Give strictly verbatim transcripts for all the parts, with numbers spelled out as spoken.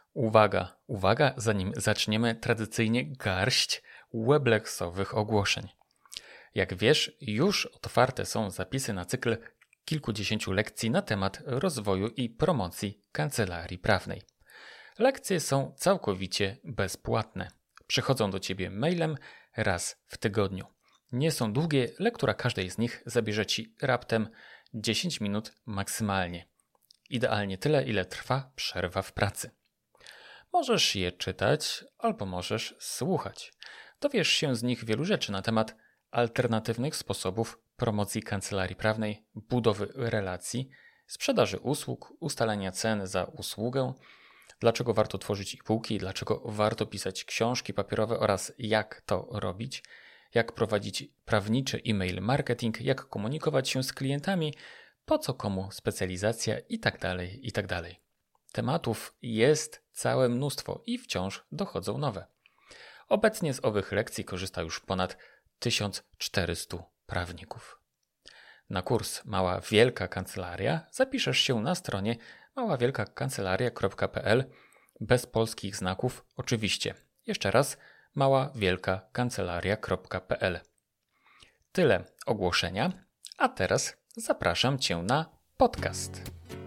Uwaga, uwaga, zanim zaczniemy tradycyjnie garść weblexowych ogłoszeń. Jak wiesz, już otwarte są zapisy na cykl kilkudziesięciu lekcji na temat rozwoju i promocji kancelarii prawnej. Lekcje są całkowicie bezpłatne. Przychodzą do Ciebie mailem raz w tygodniu. Nie są długie, lektura każdej z nich zabierze Ci raptem dziesięć minut maksymalnie. Idealnie tyle, ile trwa przerwa w pracy. Możesz je czytać albo możesz słuchać. Dowiesz się z nich wielu rzeczy na temat alternatywnych sposobów promocji kancelarii prawnej, budowy relacji, sprzedaży usług, ustalania cen za usługę, dlaczego warto tworzyć e-booki, dlaczego warto pisać książki papierowe oraz jak to robić, jak prowadzić prawniczy e-mail marketing, jak komunikować się z klientami, po co komu specjalizacja itd., itd. Tematów jest całe mnóstwo i wciąż dochodzą nowe. Obecnie z owych lekcji korzysta już ponad tysiąc czterysta prawników. Na kurs Mała Wielka Kancelaria zapiszesz się na stronie mała wielka kancelaria kropka p l bez polskich znaków oczywiście. Jeszcze raz mała wielka kancelaria kropka p l. Tyle ogłoszenia, a teraz zapraszam Cię na podcast.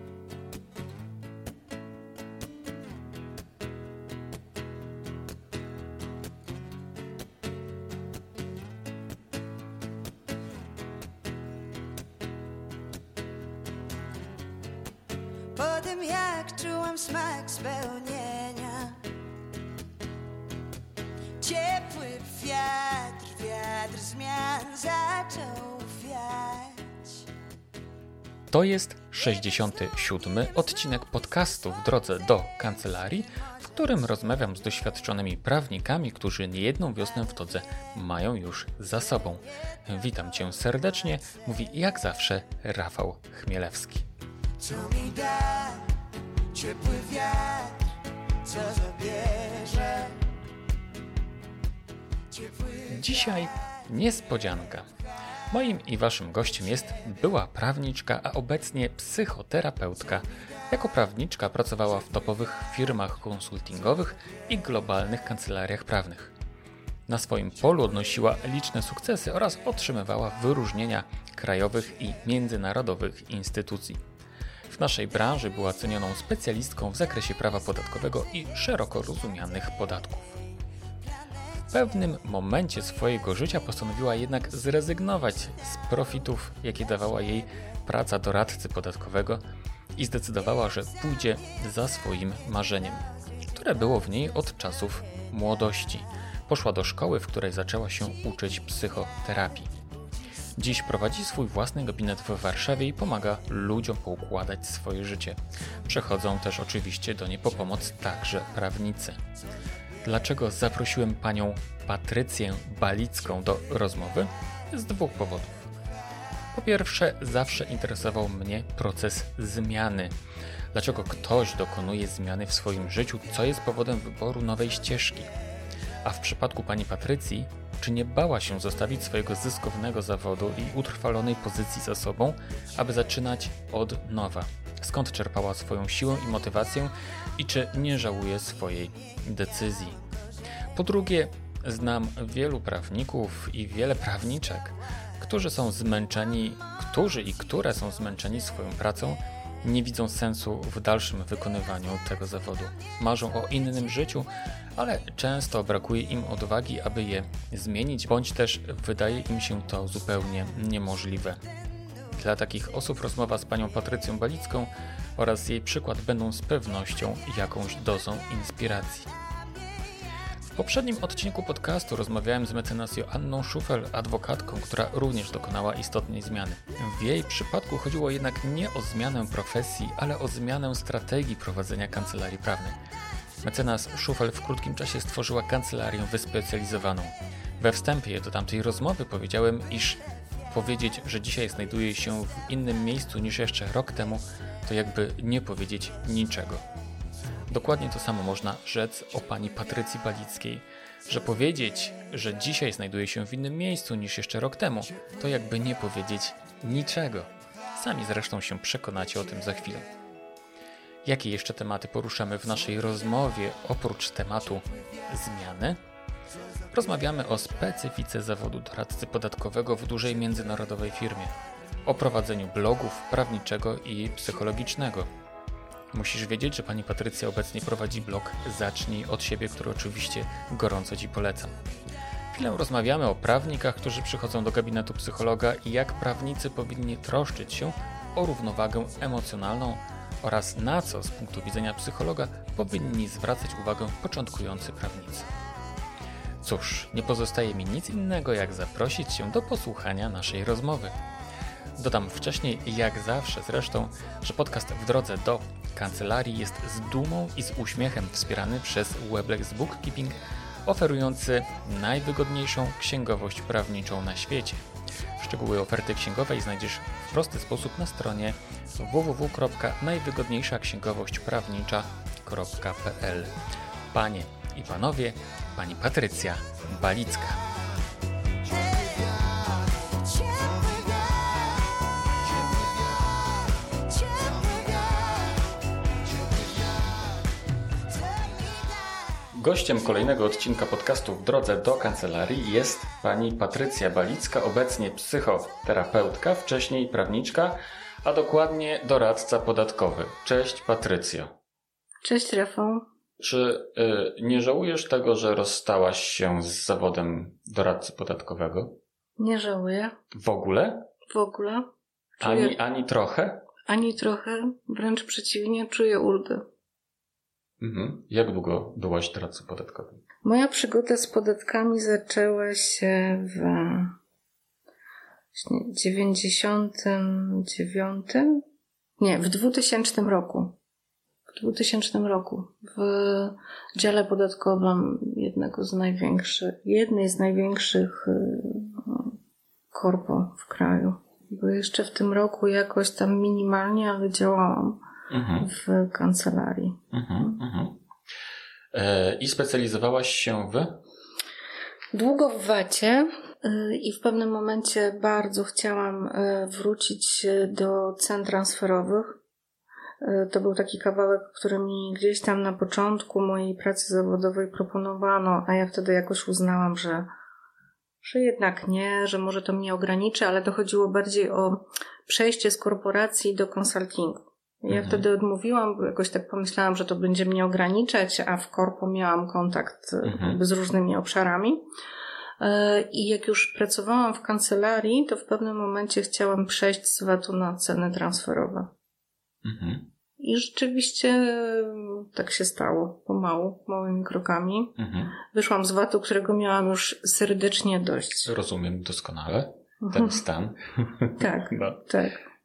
Po tym jak czułam smak spełnienia, ciepły wiatr, wiatr zmian zaczął wiać. To jest sześćdziesiąty siódmy odcinek podcastu W drodze do kancelarii, w którym rozmawiam z doświadczonymi prawnikami, którzy niejedną wiosnę w todze mają już za sobą. Witam Cię serdecznie, mówi jak zawsze Rafał Chmielewski. Co mi da ciepły wiatr, co zabierze ciepły Dzisiaj niespodzianka. Moim i Waszym gościem jest była prawniczka, a obecnie psychoterapeutka. Jako prawniczka pracowała w topowych firmach konsultingowych i globalnych kancelariach prawnych. Na swoim polu odnosiła liczne sukcesy oraz otrzymywała wyróżnienia krajowych i międzynarodowych instytucji. W naszej branży była cenioną specjalistką w zakresie prawa podatkowego i szeroko rozumianych podatków. W pewnym momencie swojego życia postanowiła jednak zrezygnować z profitów, jakie dawała jej praca doradcy podatkowego i zdecydowała, że pójdzie za swoim marzeniem, które było w niej od czasów młodości. Poszła do szkoły, w której zaczęła się uczyć psychoterapii. Dziś prowadzi swój własny gabinet w Warszawie i pomaga ludziom poukładać swoje życie. Przychodzą też oczywiście do niej po pomoc także prawnicy. Dlaczego zaprosiłem panią Patrycję Balicką do rozmowy? Z dwóch powodów. Po pierwsze, zawsze interesował mnie proces zmiany. Dlaczego ktoś dokonuje zmiany w swoim życiu, co jest powodem wyboru nowej ścieżki? A w przypadku pani Patrycji, czy nie bała się zostawić swojego zyskownego zawodu i utrwalonej pozycji za sobą, aby zaczynać od nowa? Skąd czerpała swoją siłę i motywację i czy nie żałuje swojej decyzji? Po drugie, znam wielu prawników i wiele prawniczek, którzy są zmęczeni, którzy i które są zmęczeni swoją pracą, nie widzą sensu w dalszym wykonywaniu tego zawodu. Marzą o innym życiu, ale często brakuje im odwagi, aby je zmienić, bądź też wydaje im się to zupełnie niemożliwe. Dla takich osób rozmowa z panią Patrycją Balicką oraz jej przykład będą z pewnością jakąś dozą inspiracji. W poprzednim odcinku podcastu rozmawiałem z mecenas Joanną Szufel, adwokatką, która również dokonała istotnej zmiany. W jej przypadku chodziło jednak nie o zmianę profesji, ale o zmianę strategii prowadzenia kancelarii prawnej. Mecenas Szufel w krótkim czasie stworzyła kancelarię wyspecjalizowaną. We wstępie do tamtej rozmowy powiedziałem, iż powiedzieć, że dzisiaj znajduję się w innym miejscu niż jeszcze rok temu, to jakby nie powiedzieć niczego. Dokładnie to samo można rzec o pani Patrycji Balickiej, że powiedzieć, że dzisiaj znajduje się w innym miejscu niż jeszcze rok temu, to jakby nie powiedzieć niczego. Sami zresztą się przekonacie o tym za chwilę. Jakie jeszcze tematy poruszamy w naszej rozmowie oprócz tematu zmiany? Rozmawiamy o specyfice zawodu doradcy podatkowego w dużej międzynarodowej firmie, o prowadzeniu blogów prawniczego i psychologicznego. Musisz wiedzieć, że pani Patrycja obecnie prowadzi blog Zacznij od siebie, który oczywiście gorąco ci polecam. Chwilę rozmawiamy o prawnikach, którzy przychodzą do gabinetu psychologa i jak prawnicy powinni troszczyć się o równowagę emocjonalną oraz na co z punktu widzenia psychologa powinni zwracać uwagę początkujący prawnicy. Cóż, nie pozostaje mi nic innego jak zaprosić Cię do posłuchania naszej rozmowy. Dodam wcześniej, jak zawsze zresztą, że podcast W drodze do kancelarii jest z dumą i z uśmiechem wspierany przez Weblex Bookkeeping, oferujący najwygodniejszą księgowość prawniczą na świecie. Szczegóły oferty księgowej znajdziesz w prosty sposób na stronie w w w kropka najwygodniejsza księgowość prawnicza kropka p l. Panie i panowie, pani Patrycja Balicka. Gościem kolejnego odcinka podcastu W drodze do kancelarii jest pani Patrycja Balicka, obecnie psychoterapeutka, wcześniej prawniczka, a dokładnie doradca podatkowy. Cześć Patrycjo. Cześć Rafał. Czy y, nie żałujesz tego, że rozstałaś się z zawodem doradcy podatkowego? Nie żałuję. W ogóle? W ogóle. Czuję... Ani, ani trochę? Ani trochę, wręcz przeciwnie, czuję ulgę. Mhm. Jak długo byłaś doradcą podatkowym? Moja przygoda z podatkami zaczęła się w dziewięćdziesiątym dziewiątym Nie, w dwutysięcznym roku. W dwutysięcznym roku. W dziale podatkowym jednego z największych, jednej z największych korpo w kraju. Bo jeszcze w tym roku jakoś tam minimalnie, ale działałam. Mhm. W kancelarii. Mhm, mhm. E, I specjalizowałaś się w? Długo w wacie i w pewnym momencie bardzo chciałam wrócić do cen transferowych. To był taki kawałek, który mi gdzieś tam na początku mojej pracy zawodowej proponowano, a ja wtedy jakoś uznałam, że, że jednak nie, że może to mnie ograniczy, ale to chodziło bardziej o przejście z korporacji do konsultingu. Ja mhm. wtedy odmówiłam, bo jakoś tak pomyślałam, że to będzie mnie ograniczać, a w korpo miałam kontakt mhm. z różnymi obszarami. I jak już pracowałam w kancelarii, to w pewnym momencie chciałam przejść z vatu na ceny transferowe. Mhm. I rzeczywiście tak się stało, pomału, małymi krokami. Mhm. Wyszłam z vatu, którego miałam już serdecznie dość. Rozumiem doskonale ten stan. Tak, no. tak.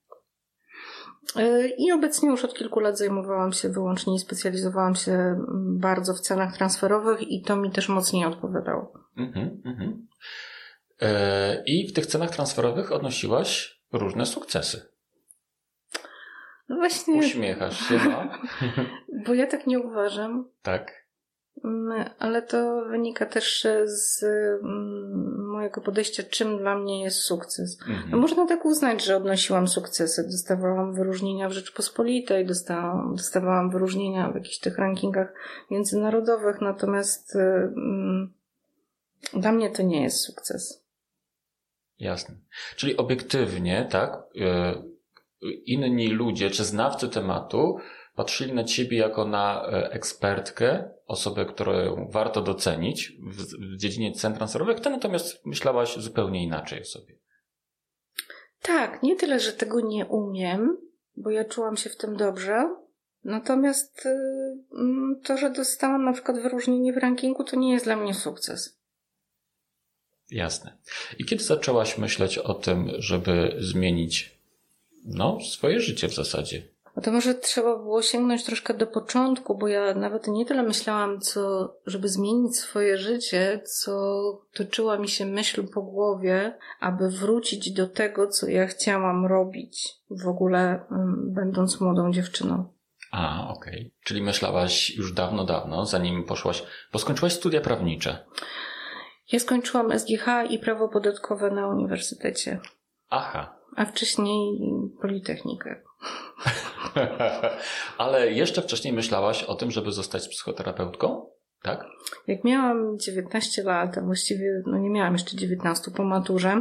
I obecnie już od kilku lat zajmowałam się wyłącznie i specjalizowałam się bardzo w cenach transferowych i to mi też mocniej odpowiadało. Mm-hmm, mm-hmm. Yy, I w tych cenach transferowych odnosiłaś różne sukcesy. No właśnie. Uśmiechasz się, no. Bo ja tak nie uważam. Tak. Ale to wynika też z mojego podejścia, czym dla mnie jest sukces. Mhm. No można tak uznać, że odnosiłam sukcesy. Dostawałam wyróżnienia w Rzeczypospolitej, dostałam, dostawałam wyróżnienia w jakichś tych rankingach międzynarodowych, natomiast um, dla mnie to nie jest sukces. Jasne. Czyli obiektywnie, tak, inni ludzie czy znawcy tematu patrzyli na ciebie jako na ekspertkę, osobę, którą warto docenić w, w dziedzinie cen transferowych, ty natomiast myślałaś zupełnie inaczej o sobie. Tak, nie tyle, że tego nie umiem, bo ja czułam się w tym dobrze, natomiast to, że dostałam na przykład wyróżnienie w rankingu, to nie jest dla mnie sukces. Jasne. I kiedy zaczęłaś myśleć o tym, żeby zmienić no, swoje życie w zasadzie? No to może trzeba było sięgnąć troszkę do początku, bo ja nawet nie tyle myślałam, co, żeby zmienić swoje życie, co toczyła mi się myśl po głowie, aby wrócić do tego, co ja chciałam robić w ogóle, będąc młodą dziewczyną. A, okej. Okay. Czyli myślałaś już dawno, dawno, zanim poszłaś, bo skończyłaś studia prawnicze. Ja skończyłam S G H i prawo podatkowe na uniwersytecie. Aha. A wcześniej Politechnikę. Ale jeszcze wcześniej myślałaś o tym, żeby zostać psychoterapeutką? Tak? Jak miałam dziewiętnaście lat, a właściwie no nie miałam jeszcze dziewiętnaście po maturze,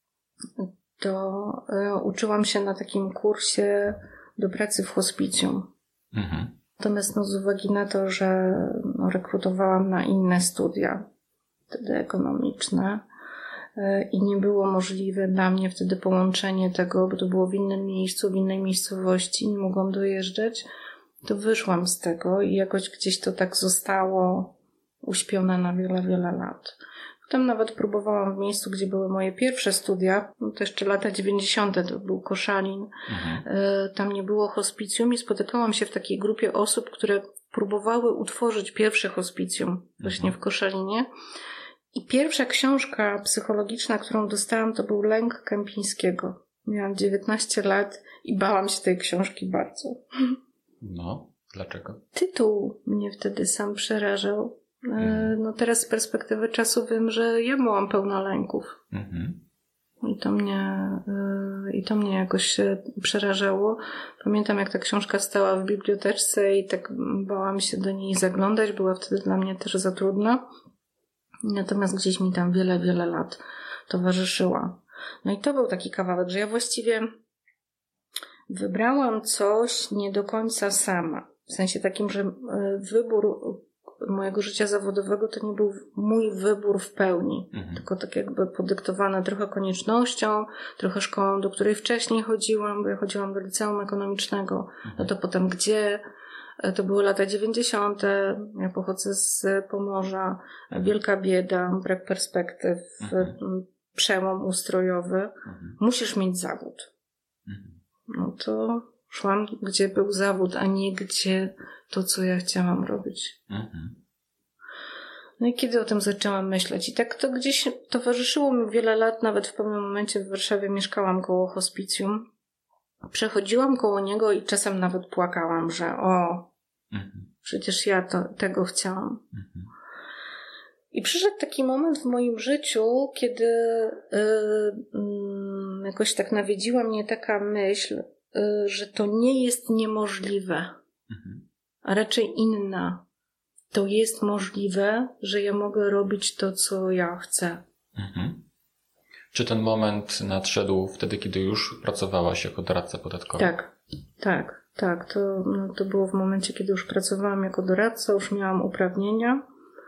to y, uczyłam się na takim kursie do pracy w hospicjum. Mhm. Natomiast no, z uwagi na to, że no, rekrutowałam na inne studia, wtedy ekonomiczne, y, i nie było możliwe dla mnie wtedy połączenie tego, bo to było w innym miejscu, w innej miejscowości, nie mogłam dojeżdżać, to wyszłam z tego i jakoś gdzieś to tak zostało uśpione na wiele, wiele lat. Potem nawet próbowałam w miejscu, gdzie były moje pierwsze studia, no to jeszcze lata dziewięćdziesiąte, to był Koszalin. Mhm. Tam nie było hospicjum i spotykałam się w takiej grupie osób, które próbowały utworzyć pierwsze hospicjum właśnie mhm. w Koszalinie. I pierwsza książka psychologiczna, którą dostałam, to był Lęk Kępińskiego. Miałam dziewiętnaście lat i bałam się tej książki bardzo. No, dlaczego? Tytuł mnie wtedy sam przerażał. Mhm. No teraz z perspektywy czasu wiem, że ja byłam pełna lęków. Mhm. I to mnie, i to mnie jakoś przerażało. Pamiętam, jak ta książka stała w biblioteczce i tak bałam się do niej zaglądać. Była wtedy dla mnie też za trudna. Natomiast gdzieś mi tam wiele, wiele lat towarzyszyła. No i to był taki kawałek, że ja właściwie wybrałam coś nie do końca sama. W sensie takim, że wybór mojego życia zawodowego to nie był mój wybór w pełni, mhm. tylko tak jakby podyktowane trochę koniecznością, trochę szkołą, do której wcześniej chodziłam, bo ja chodziłam do liceum ekonomicznego, mhm. no to potem gdzie? To były lata dziewięćdziesiąte, ja pochodzę z Pomorza, mhm. wielka bieda, brak perspektyw, mhm. przełom ustrojowy. Mhm. Musisz mieć zawód. Mhm. No to szłam, gdzie był zawód, a nie gdzie to, co ja chciałam robić. Mhm. No i kiedy o tym zaczęłam myśleć? I tak to gdzieś towarzyszyło mi wiele lat, nawet w pewnym momencie w Warszawie mieszkałam koło hospicjum. Przechodziłam koło niego i czasem nawet płakałam, że o, mhm. przecież ja to, tego chciałam. Mhm. I przyszedł taki moment w moim życiu, kiedy yy, yy, jakoś tak nawiedziła mnie taka myśl, że to nie jest niemożliwe, mhm. a raczej inna. To jest możliwe, że ja mogę robić to, co ja chcę. Mhm. Czy ten moment nadszedł wtedy, kiedy już pracowałaś jako doradca podatkowy? Tak, tak, tak. To, no, to było w momencie, kiedy już pracowałam jako doradca, już miałam uprawnienia.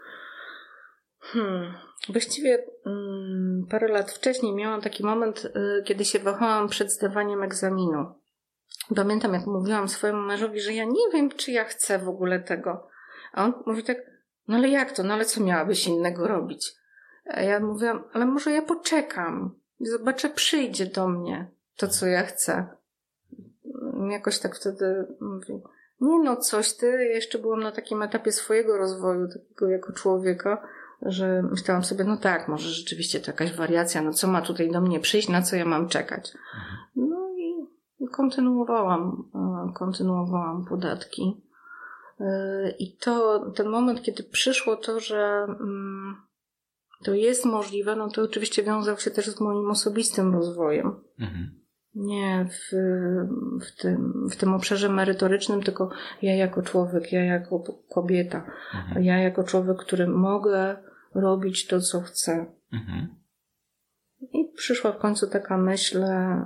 Hmm. Właściwie hmm, parę lat wcześniej miałam taki moment, y, kiedy się wahałam przed zdawaniem egzaminu. Pamiętam, jak mówiłam swojemu mężowi, że ja nie wiem, czy ja chcę w ogóle tego. A on mówi tak, no ale jak to? No ale co miałabyś innego robić? A ja mówiłam, ale może ja poczekam i zobaczę, przyjdzie do mnie to, co ja chcę. Jakoś tak wtedy mówi, nie no, coś ty. Ja jeszcze byłam na takim etapie swojego rozwoju, takiego jako człowieka, że myślałam sobie, no tak, może rzeczywiście to jakaś wariacja, no co ma tutaj do mnie przyjść, na co ja mam czekać? No i kontynuowałam, kontynuowałam podatki. I to, ten moment, kiedy przyszło to, że to jest możliwe, no to oczywiście wiązał się też z moim osobistym rozwojem. Mhm. Nie w, w, tym, w tym obszarze merytorycznym, tylko ja jako człowiek, ja jako kobieta, mhm. ja jako człowiek, który mogę robić to, co chcę. Mhm. I przyszła w końcu taka myśl,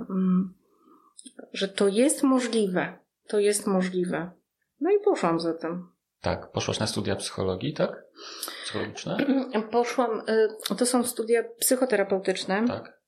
że to jest możliwe. To jest możliwe. No i poszłam za tym. Tak, poszłaś na studia psychologii, tak? Psychologiczne? Poszłam, to są studia psychoterapeutyczne. Tak.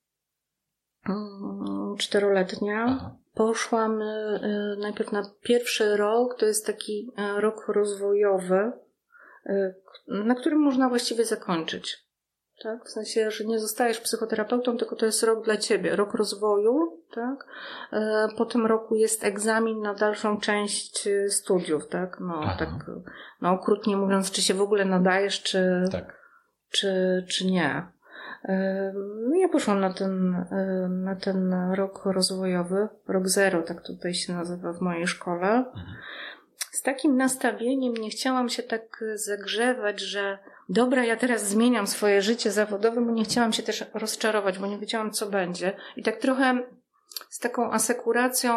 Czteroletnia. Aha. Poszłam najpierw na pierwszy rok, to jest taki rok rozwojowy, na którym można właściwie zakończyć. Tak? W sensie, że nie zostajesz psychoterapeutą, tylko to jest rok dla ciebie, rok rozwoju, tak? Po tym roku jest egzamin na dalszą część studiów, tak? No, tak, no okrutnie mówiąc, czy się w ogóle nadajesz, czy, tak. czy, czy nie. No ja poszłam na ten, na ten rok rozwojowy, rok zero, tak tutaj się nazywa w mojej szkole. Mhm. Z takim nastawieniem nie chciałam się tak zagrzewać, że dobra, ja teraz zmieniam swoje życie zawodowe, bo nie chciałam się też rozczarować, bo nie wiedziałam, co będzie. I tak trochę z taką asekuracją,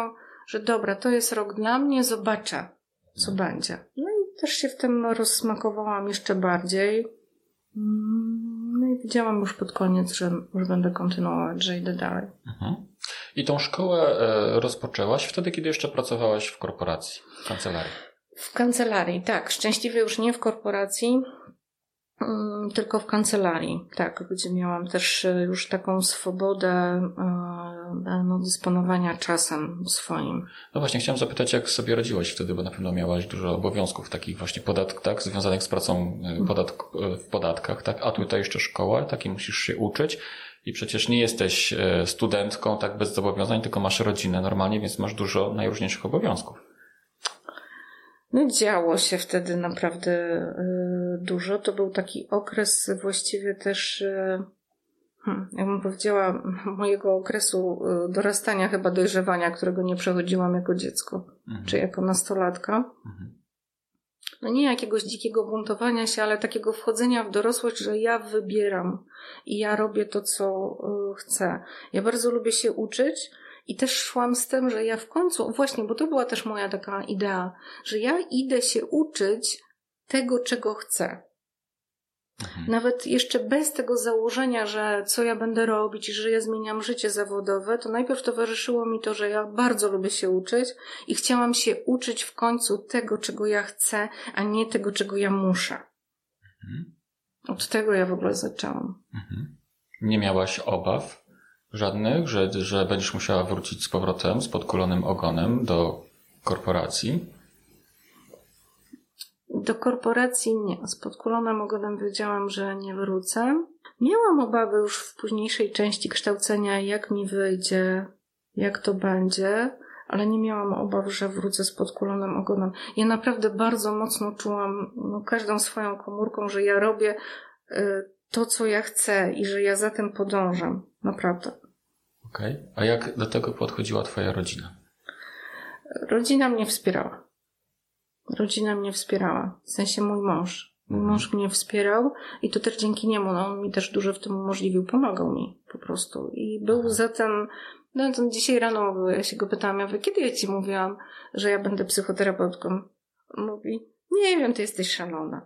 że dobra, to jest rok dla mnie, zobaczę, co będzie. No i też się w tym rozsmakowałam jeszcze bardziej. No i wiedziałam już pod koniec, że, że będę kontynuować, że idę dalej. Mhm. I tą szkołę e, rozpoczęłaś wtedy, kiedy jeszcze pracowałaś w korporacji, w kancelarii? W kancelarii, tak. Szczęśliwie już nie w korporacji, um, tylko w kancelarii. Tak, gdzie miałam też już taką swobodę um, no, dysponowania czasem swoim. No właśnie, chciałem zapytać, jak sobie radziłaś wtedy, bo na pewno miałaś dużo obowiązków takich właśnie podatk, tak, związanych z pracą podatk, w podatkach, tak, a tutaj jeszcze szkoła, tak, i musisz się uczyć. I przecież nie jesteś studentką tak bez zobowiązań, tylko masz rodzinę normalnie, więc masz dużo najróżniejszych obowiązków. No działo się wtedy naprawdę y, dużo. To był taki okres właściwie też, y, hmm, jakbym powiedziała, mojego okresu y, dorastania, chyba dojrzewania, którego nie przechodziłam jako dziecko, mhm. czy jako nastolatka. Mhm. No nie jakiegoś dzikiego buntowania się, ale takiego wchodzenia w dorosłość, że ja wybieram i ja robię to, co y, chcę. Ja bardzo lubię się uczyć i też szłam z tym, że ja w końcu, właśnie, bo to była też moja taka idea, że ja idę się uczyć tego, czego chcę. Mhm. Nawet jeszcze bez tego założenia, że co ja będę robić i że ja zmieniam życie zawodowe, to najpierw towarzyszyło mi to, że ja bardzo lubię się uczyć i chciałam się uczyć w końcu tego, czego ja chcę, a nie tego, czego ja muszę. Mhm. Od tego ja w ogóle zaczęłam. Mhm. Nie miałaś obaw żadnych, że, że będziesz musiała wrócić z powrotem z podkulonym ogonem do korporacji? Do korporacji nie. Z podkulonym ogonem wiedziałam, że nie wrócę. Miałam obawy już w późniejszej części kształcenia, jak mi wyjdzie, jak to będzie, ale nie miałam obaw, że wrócę z podkulonym ogonem. Ja naprawdę bardzo mocno czułam no, każdą swoją komórką, że ja robię y, to, co ja chcę i że ja za tym podążam. Naprawdę. Okej. Okay. A jak do tego podchodziła twoja rodzina? Rodzina mnie wspierała. Rodzina mnie wspierała. W sensie mój mąż. Mój mąż mnie wspierał i to też dzięki niemu. No, on mi też dużo w tym umożliwił. Pomagał mi po prostu. I był Aha. zatem... No to dzisiaj rano ja się go pytałam, ja mówię, kiedy ja ci mówiłam, że ja będę psychoterapeutką? On mówi, nie wiem, ty jesteś szalona.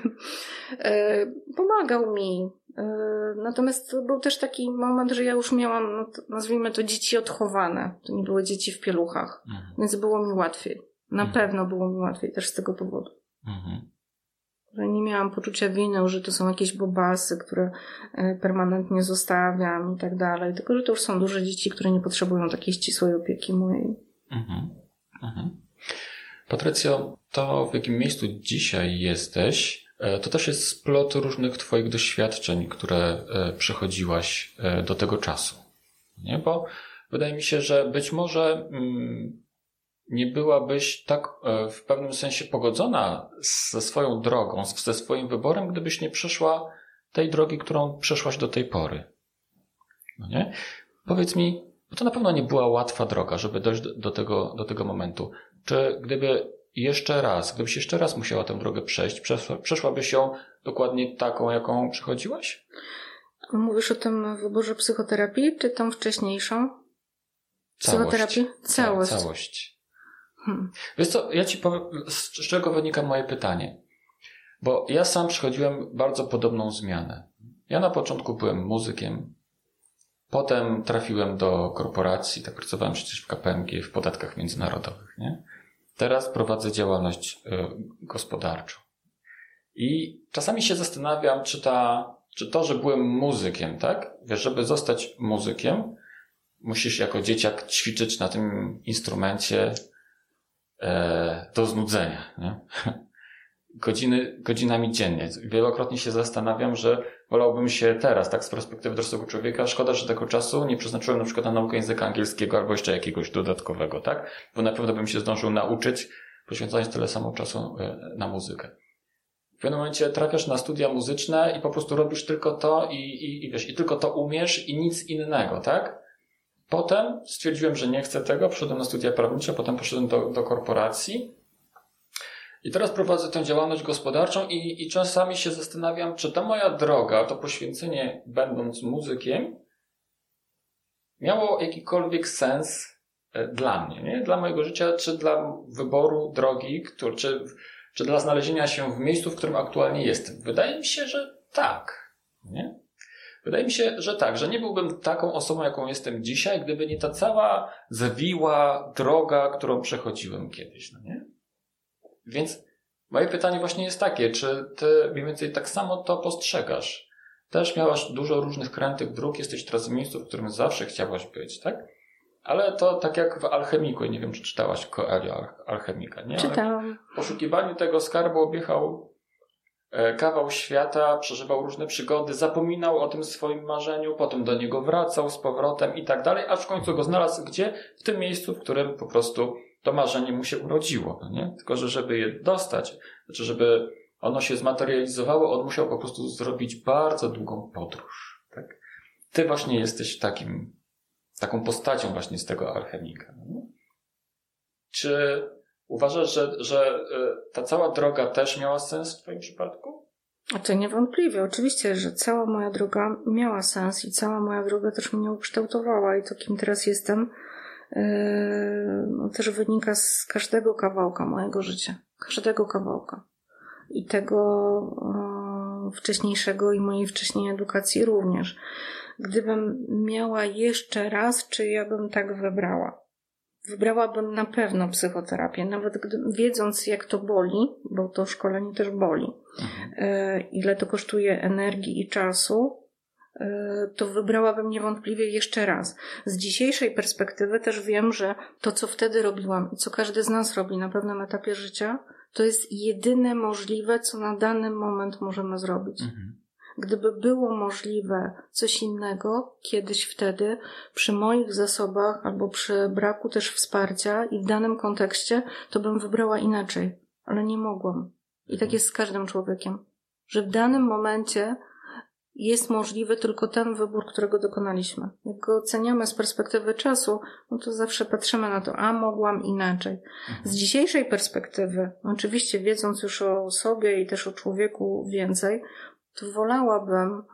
Pomagał mi. Natomiast był też taki moment, że ja już miałam, no to, nazwijmy to, dzieci odchowane. To nie były dzieci w pieluchach. Mhm. Więc było mi łatwiej. Na mhm. pewno było mi łatwiej też z tego powodu. Mhm. Że nie miałam poczucia winy, że to są jakieś bobasy, które permanentnie zostawiam i tak dalej. Tylko, że to już są duże dzieci, które nie potrzebują takiej ścisłej opieki mojej. Mhm. Mhm. Patrycjo, to w jakim miejscu dzisiaj jesteś, to też jest splot różnych twoich doświadczeń, które przechodziłaś do tego czasu. Nie? Bo wydaje mi się, że być może mm, nie byłabyś tak w pewnym sensie pogodzona ze swoją drogą, ze swoim wyborem, gdybyś nie przeszła tej drogi, którą przeszłaś do tej pory. No nie? Powiedz mi, bo to na pewno nie była łatwa droga, żeby dojść do, do, tego, do tego momentu. Czy gdyby jeszcze raz, gdybyś jeszcze raz musiała tę drogę przejść, przeszła, przeszłabyś ją dokładnie taką, jaką przechodziłaś? Mówisz o tym wyborze psychoterapii, czy tą wcześniejszą? Psychoterapii? Całość. Tak, całość. Hmm. Wiesz co, ja ci powiem, z czego wynika moje pytanie. Bo ja sam przechodziłem bardzo podobną zmianę. Ja na początku byłem muzykiem, potem trafiłem do korporacji, tak pracowałem przecież w K P M G, w podatkach międzynarodowych, nie? Teraz prowadzę działalność y, gospodarczą. I czasami się zastanawiam, czy ta, czy to, że byłem muzykiem, tak? Wiesz, żeby zostać muzykiem, musisz jako dzieciak ćwiczyć na tym instrumencie e, do znudzenia, nie? Godziny, godzinami dziennie. Wielokrotnie się zastanawiam, że wolałbym się teraz, tak z perspektywy dorosłego człowieka, szkoda, że tego czasu nie przeznaczyłem na przykład na naukę języka angielskiego albo jeszcze jakiegoś dodatkowego, tak? Bo na pewno bym się zdążył nauczyć, poświęcając tyle samo czasu na muzykę. W pewnym momencie trafiasz na studia muzyczne i po prostu robisz tylko to i, i, i wiesz, i tylko to umiesz i nic innego, tak? Potem stwierdziłem, że nie chcę tego, poszedłem na studia prawnicze, potem poszedłem do, do korporacji. I teraz prowadzę tę działalność gospodarczą i, i czasami się zastanawiam, czy ta moja droga, to poświęcenie będąc muzykiem, miało jakikolwiek sens dla mnie, nie? Dla mojego życia, czy dla wyboru drogi, który, czy, czy dla znalezienia się w miejscu, w którym aktualnie jestem. Wydaje mi się, że tak. Nie? Wydaje mi się, że tak, że nie byłbym taką osobą, jaką jestem dzisiaj, gdyby nie ta cała zawiła droga, którą przechodziłem kiedyś. No nie? Więc moje pytanie właśnie jest takie, czy ty mniej więcej tak samo to postrzegasz? Też miałaś dużo różnych krętych dróg, jesteś teraz w miejscu, w którym zawsze chciałaś być, tak? Ale to tak jak w Alchemiku, nie wiem, czy czytałaś Coelho, Alchemika, nie? Czytałam. W poszukiwaniu tego skarbu objechał kawał świata, przeżywał różne przygody, zapominał o tym swoim marzeniu, potem do niego wracał z powrotem i tak dalej, aż w końcu go znalazł gdzie? W tym miejscu, w którym po prostu to marzenie mu się urodziło, no nie? Tylko że żeby je dostać, znaczy żeby ono się zmaterializowało, on musiał po prostu zrobić bardzo długą podróż, tak? Ty właśnie jesteś takim, taką postacią właśnie z tego Alchemika, no nie? Czy uważasz, że, że ta cała droga też miała sens w twoim przypadku? A to niewątpliwie. Oczywiście, że cała moja droga miała sens i cała moja droga też mnie ukształtowała i to, kim teraz jestem, yy, no, też wynika z każdego kawałka mojego życia. Każdego kawałka. I tego yy, wcześniejszego i mojej wcześniej edukacji również. Gdybym miała jeszcze raz, czy ja bym tak wybrała? Wybrałabym na pewno psychoterapię, nawet gdy, wiedząc jak to boli, bo to szkolenie też boli, mhm. e, ile to kosztuje energii i czasu, e, to wybrałabym niewątpliwie jeszcze raz. Z dzisiejszej perspektywy też wiem, że to co wtedy robiłam i co każdy z nas robi na pewnym etapie życia, to jest jedyne możliwe, co na dany moment możemy zrobić. Mhm. Gdyby było możliwe coś innego, kiedyś wtedy, przy moich zasobach albo przy braku też wsparcia i w danym kontekście, to bym wybrała inaczej, ale nie mogłam. I tak jest z każdym człowiekiem, że w danym momencie jest możliwy tylko ten wybór, którego dokonaliśmy. Jak go oceniamy z perspektywy czasu, no to zawsze patrzymy na to, a mogłam inaczej. Z dzisiejszej perspektywy, oczywiście wiedząc już o sobie i też o człowieku więcej, to wolałabym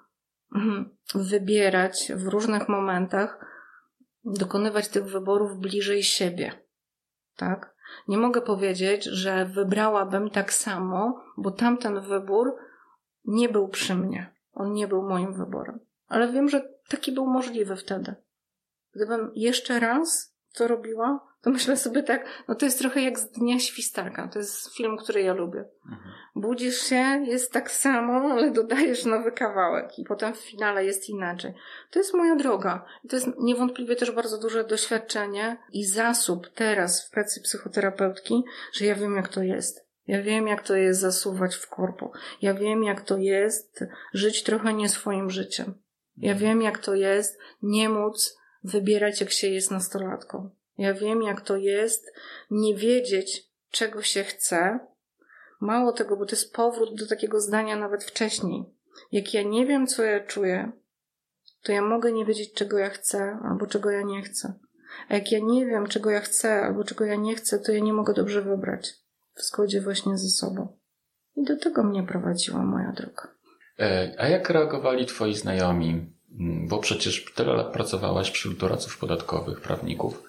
wybierać w różnych momentach, dokonywać tych wyborów bliżej siebie. Tak? Nie mogę powiedzieć, że wybrałabym tak samo, bo tamten wybór nie był przy mnie. On nie był moim wyborem. Ale wiem, że taki był możliwy wtedy. Gdybym jeszcze raz to robiła, to myślę sobie tak, no to jest trochę jak z Dnia Świstaka. To jest film, który ja lubię. Mhm. Budzisz się, jest tak samo, ale dodajesz nowy kawałek i potem w finale jest inaczej. To jest moja droga. I to jest niewątpliwie też bardzo duże doświadczenie i zasób teraz w pracy psychoterapeutki, że ja wiem, jak to jest. Ja wiem, jak to jest zasuwać w korpo. Ja wiem, jak to jest żyć trochę nie swoim życiem. Ja wiem, jak to jest nie móc wybierać, jak się jest nastolatką. Ja wiem, jak to jest nie wiedzieć, czego się chce. Mało tego, bo to jest powrót do takiego zdania nawet wcześniej. Jak ja nie wiem, co ja czuję, to ja mogę nie wiedzieć, czego ja chcę albo czego ja nie chcę. A jak ja nie wiem, czego ja chcę albo czego ja nie chcę, to ja nie mogę dobrze wybrać. W zgodzie właśnie ze sobą. I do tego mnie prowadziła moja droga. A jak reagowali twoi znajomi? Bo przecież tyle lat pracowałaś wśród doradców podatkowych, prawników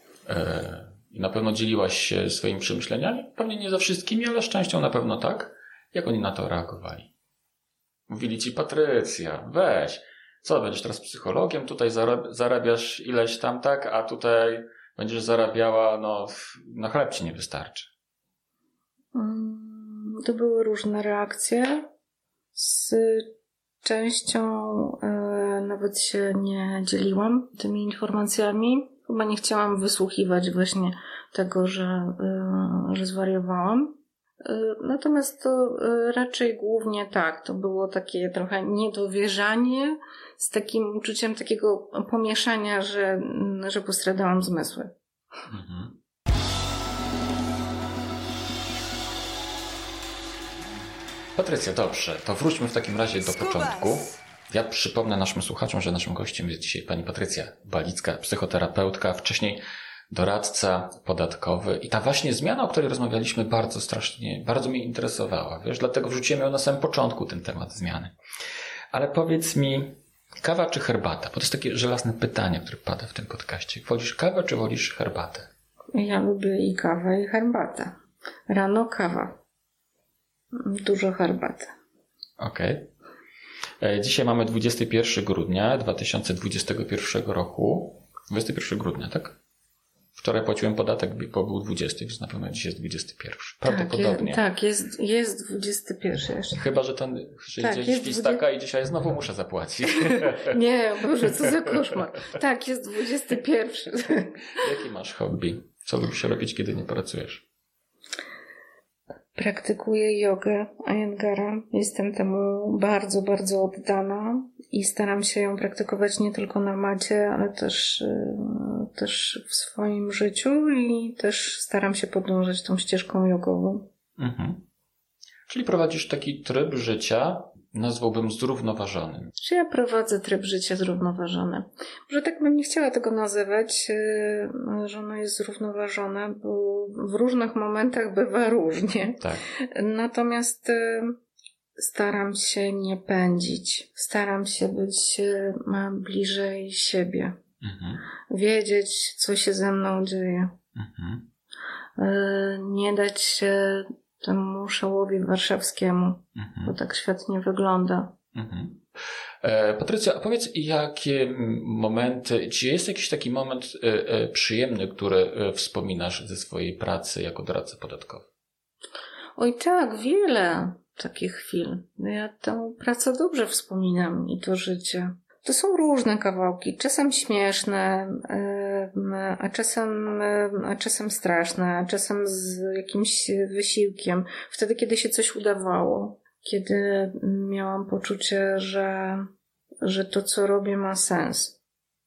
i na pewno dzieliłaś się swoimi przemyśleniami. Pewnie nie ze wszystkimi, ale z częścią na pewno tak. Jak oni na to reagowali? Mówili ci, Patrycja, weź, co, będziesz teraz psychologiem, tutaj zarabiasz ileś tam, tak, a tutaj będziesz zarabiała, no, na chleb ci nie wystarczy. To były różne reakcje. Z częścią e, nawet się nie dzieliłam tymi informacjami. Chyba nie chciałam wysłuchiwać właśnie tego, że, e, że zwariowałam. E, natomiast to e, raczej głównie tak, to było takie trochę niedowierzanie z takim uczuciem takiego pomieszania, że, że postradałam zmysły. Mhm. Patrycja, dobrze, to wróćmy w takim razie do początku. Ja przypomnę naszym słuchaczom, że naszym gościem jest dzisiaj pani Patrycja Balicka, psychoterapeutka, wcześniej doradca podatkowy. I ta właśnie zmiana, o której rozmawialiśmy, bardzo strasznie, bardzo mnie interesowała. Wiesz, dlatego wrzuciłem ją na samym początku, ten temat zmiany. Ale powiedz mi, Kawa czy herbata? Bo to jest takie żelazne pytanie, które pada w tym podcaście. Wolisz kawę czy wolisz herbatę? Ja lubię i kawę, i herbatę. Rano kawa. Dużo herbaty. Okej. Okay. Dzisiaj mamy dwudziestego pierwszego grudnia dwa tysiące dwudziestego pierwszego roku. dwudziestego pierwszego grudnia, tak? Wczoraj płaciłem podatek, bo był dwudziesty, więc na pewno dzisiaj jest dwudziesty pierwszy. Prawdopodobnie. Tak, jest, tak, jest, jest dwudziesty pierwszy jeszcze. Chyba, że ten że tak, idzie świstaka dwudziesty... i dzisiaj znowu muszę zapłacić. Nie, Boże, co za koszmar. Tak, jest dwudziesty pierwszy. Jaki masz hobby? Co lubisz robić, kiedy nie pracujesz? Praktykuję jogę Iyengara. Jestem temu bardzo, bardzo oddana i staram się ją praktykować nie tylko na macie, ale też, też w swoim życiu i też staram się podążać tą ścieżką jogową. Mhm. Czyli prowadzisz taki tryb życia, nazwałbym zrównoważonym. Czy ja prowadzę tryb życia zrównoważony? Może tak bym nie chciała tego nazywać, że ono jest zrównoważone, bo w różnych momentach bywa różnie. Tak. Natomiast staram się nie pędzić. Staram się być bliżej siebie. Mhm. Wiedzieć, co się ze mną dzieje. Mhm. Nie dać się temu szałowi warszawskiemu, mhm. bo tak świat nie wygląda. Mhm. E, Patrycja, a powiedz, jakie momenty, czy jest jakiś taki moment e, e, przyjemny, który e, wspominasz ze swojej pracy jako doradca podatkowy? Oj tak, wiele takich chwil. Ja tę pracę dobrze wspominam i to życie. To są różne kawałki, czasem śmieszne, a czasem, a czasem straszne, a czasem z jakimś wysiłkiem. Wtedy, kiedy się coś udawało, kiedy miałam poczucie, że, że to, co robię, ma sens.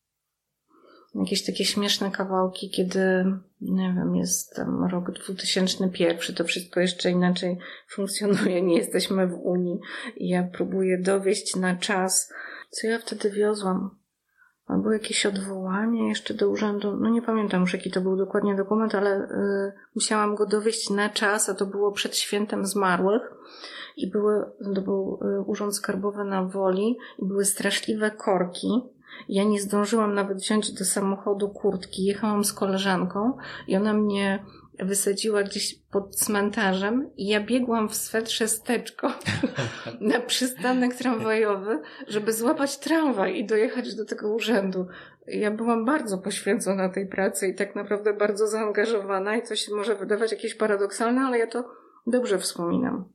Jakieś takie śmieszne kawałki, kiedy, nie wiem, jest tam rok dwutysięczny pierwszy, to wszystko jeszcze inaczej funkcjonuje, nie jesteśmy w Unii i ja próbuję dowieść na czas. Co ja wtedy wiozłam? Albo jakieś odwołanie jeszcze do urzędu. No nie pamiętam już, jaki to był dokładnie dokument, ale y, musiałam go dowieść na czas, a to było przed świętem zmarłych. I były, to był y, urząd skarbowy na Woli i były straszliwe korki. Ja nie zdążyłam nawet wziąć do samochodu kurtki. Jechałam z koleżanką i ona mnie wysadziła gdzieś pod cmentarzem i ja biegłam w swetrze z teczką na przystanek tramwajowy, żeby złapać tramwaj i dojechać do tego urzędu. Ja byłam bardzo poświęcona tej pracy i tak naprawdę bardzo zaangażowana i to się może wydawać jakieś paradoksalne, ale ja to dobrze wspominam.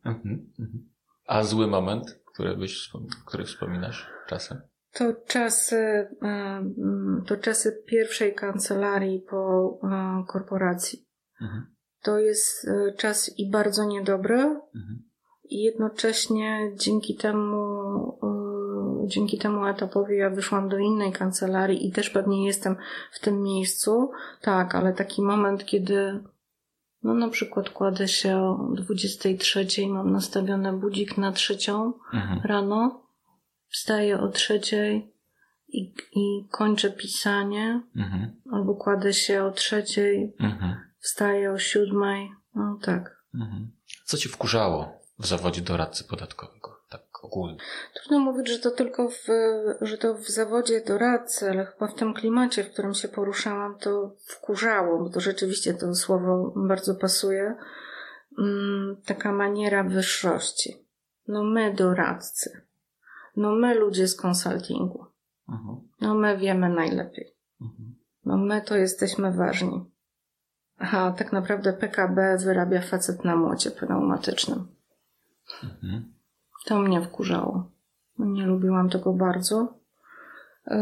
A zły moment, który, byś, który wspominasz czasem? To czasy, to czasy pierwszej kancelarii po korporacji. Mhm. To jest czas i bardzo niedobry, mhm. i jednocześnie dzięki temu, dzięki temu etapowi ja wyszłam do innej kancelarii i też pewnie jestem w tym miejscu. Tak, ale taki moment, kiedy no na przykład kładę się o dwudziestej trzeciej, mam nastawiony budzik na trzecią mhm. rano, wstaję o trzeciej i, i kończę pisanie, mhm. albo kładę się o trzeciej, mhm. wstaję o siódmej, no tak. Mhm. Co ci wkurzało w zawodzie doradcy podatkowego, tak ogólnie? Trudno mówić, że to tylko w, że to w zawodzie doradcy, ale chyba w tym klimacie, w którym się poruszałam, to wkurzało, bo to rzeczywiście to słowo bardzo pasuje. Mm, taka maniera wyższości. No my doradcy. No my ludzie z konsultingu. Mhm. No my wiemy najlepiej. Mhm. No my to jesteśmy ważni. Aha, tak naprawdę P K B wyrabia facet na młocie pneumatycznym. Mhm. To mnie wkurzało. Nie lubiłam tego bardzo. Yy...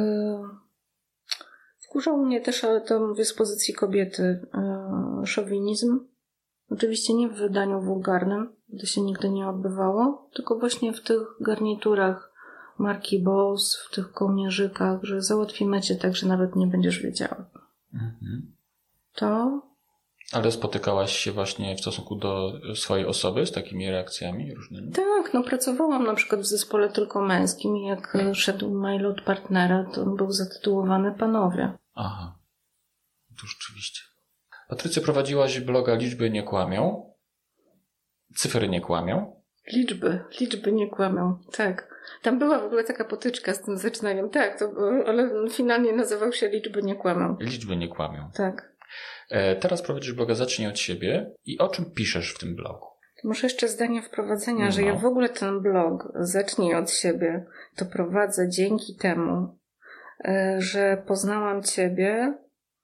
Wkurzał mnie też, ale to mówię z pozycji kobiety, yy, szowinizm. Oczywiście nie w wydaniu wulgarnym, to się nigdy nie odbywało, tylko właśnie w tych garniturach marki Boss, w tych kołnierzykach, że załatwimy cię tak, że nawet nie będziesz wiedziała. Mhm. To... Ale spotykałaś się właśnie w stosunku do swojej osoby z takimi reakcjami różnymi? Tak, no pracowałam na przykład w zespole tylko męskim i jak szedł mail od partnera, to on był zatytułowany Panowie. Aha, to rzeczywiście. Patrycja, prowadziłaś bloga Liczby nie kłamią, cyfry nie kłamią. Liczby, liczby nie kłamią, tak. Tam była w ogóle taka potyczka z tym zaczynaniem, tak, to, ale finalnie nazywał się Liczby nie kłamią. Liczby nie kłamią. Tak. E, teraz prowadzisz bloga Zacznij od siebie i o czym piszesz w tym blogu? Muszę jeszcze zdanie wprowadzenia, No. że ja w ogóle ten blog Zacznij od siebie to prowadzę dzięki temu, że poznałam Ciebie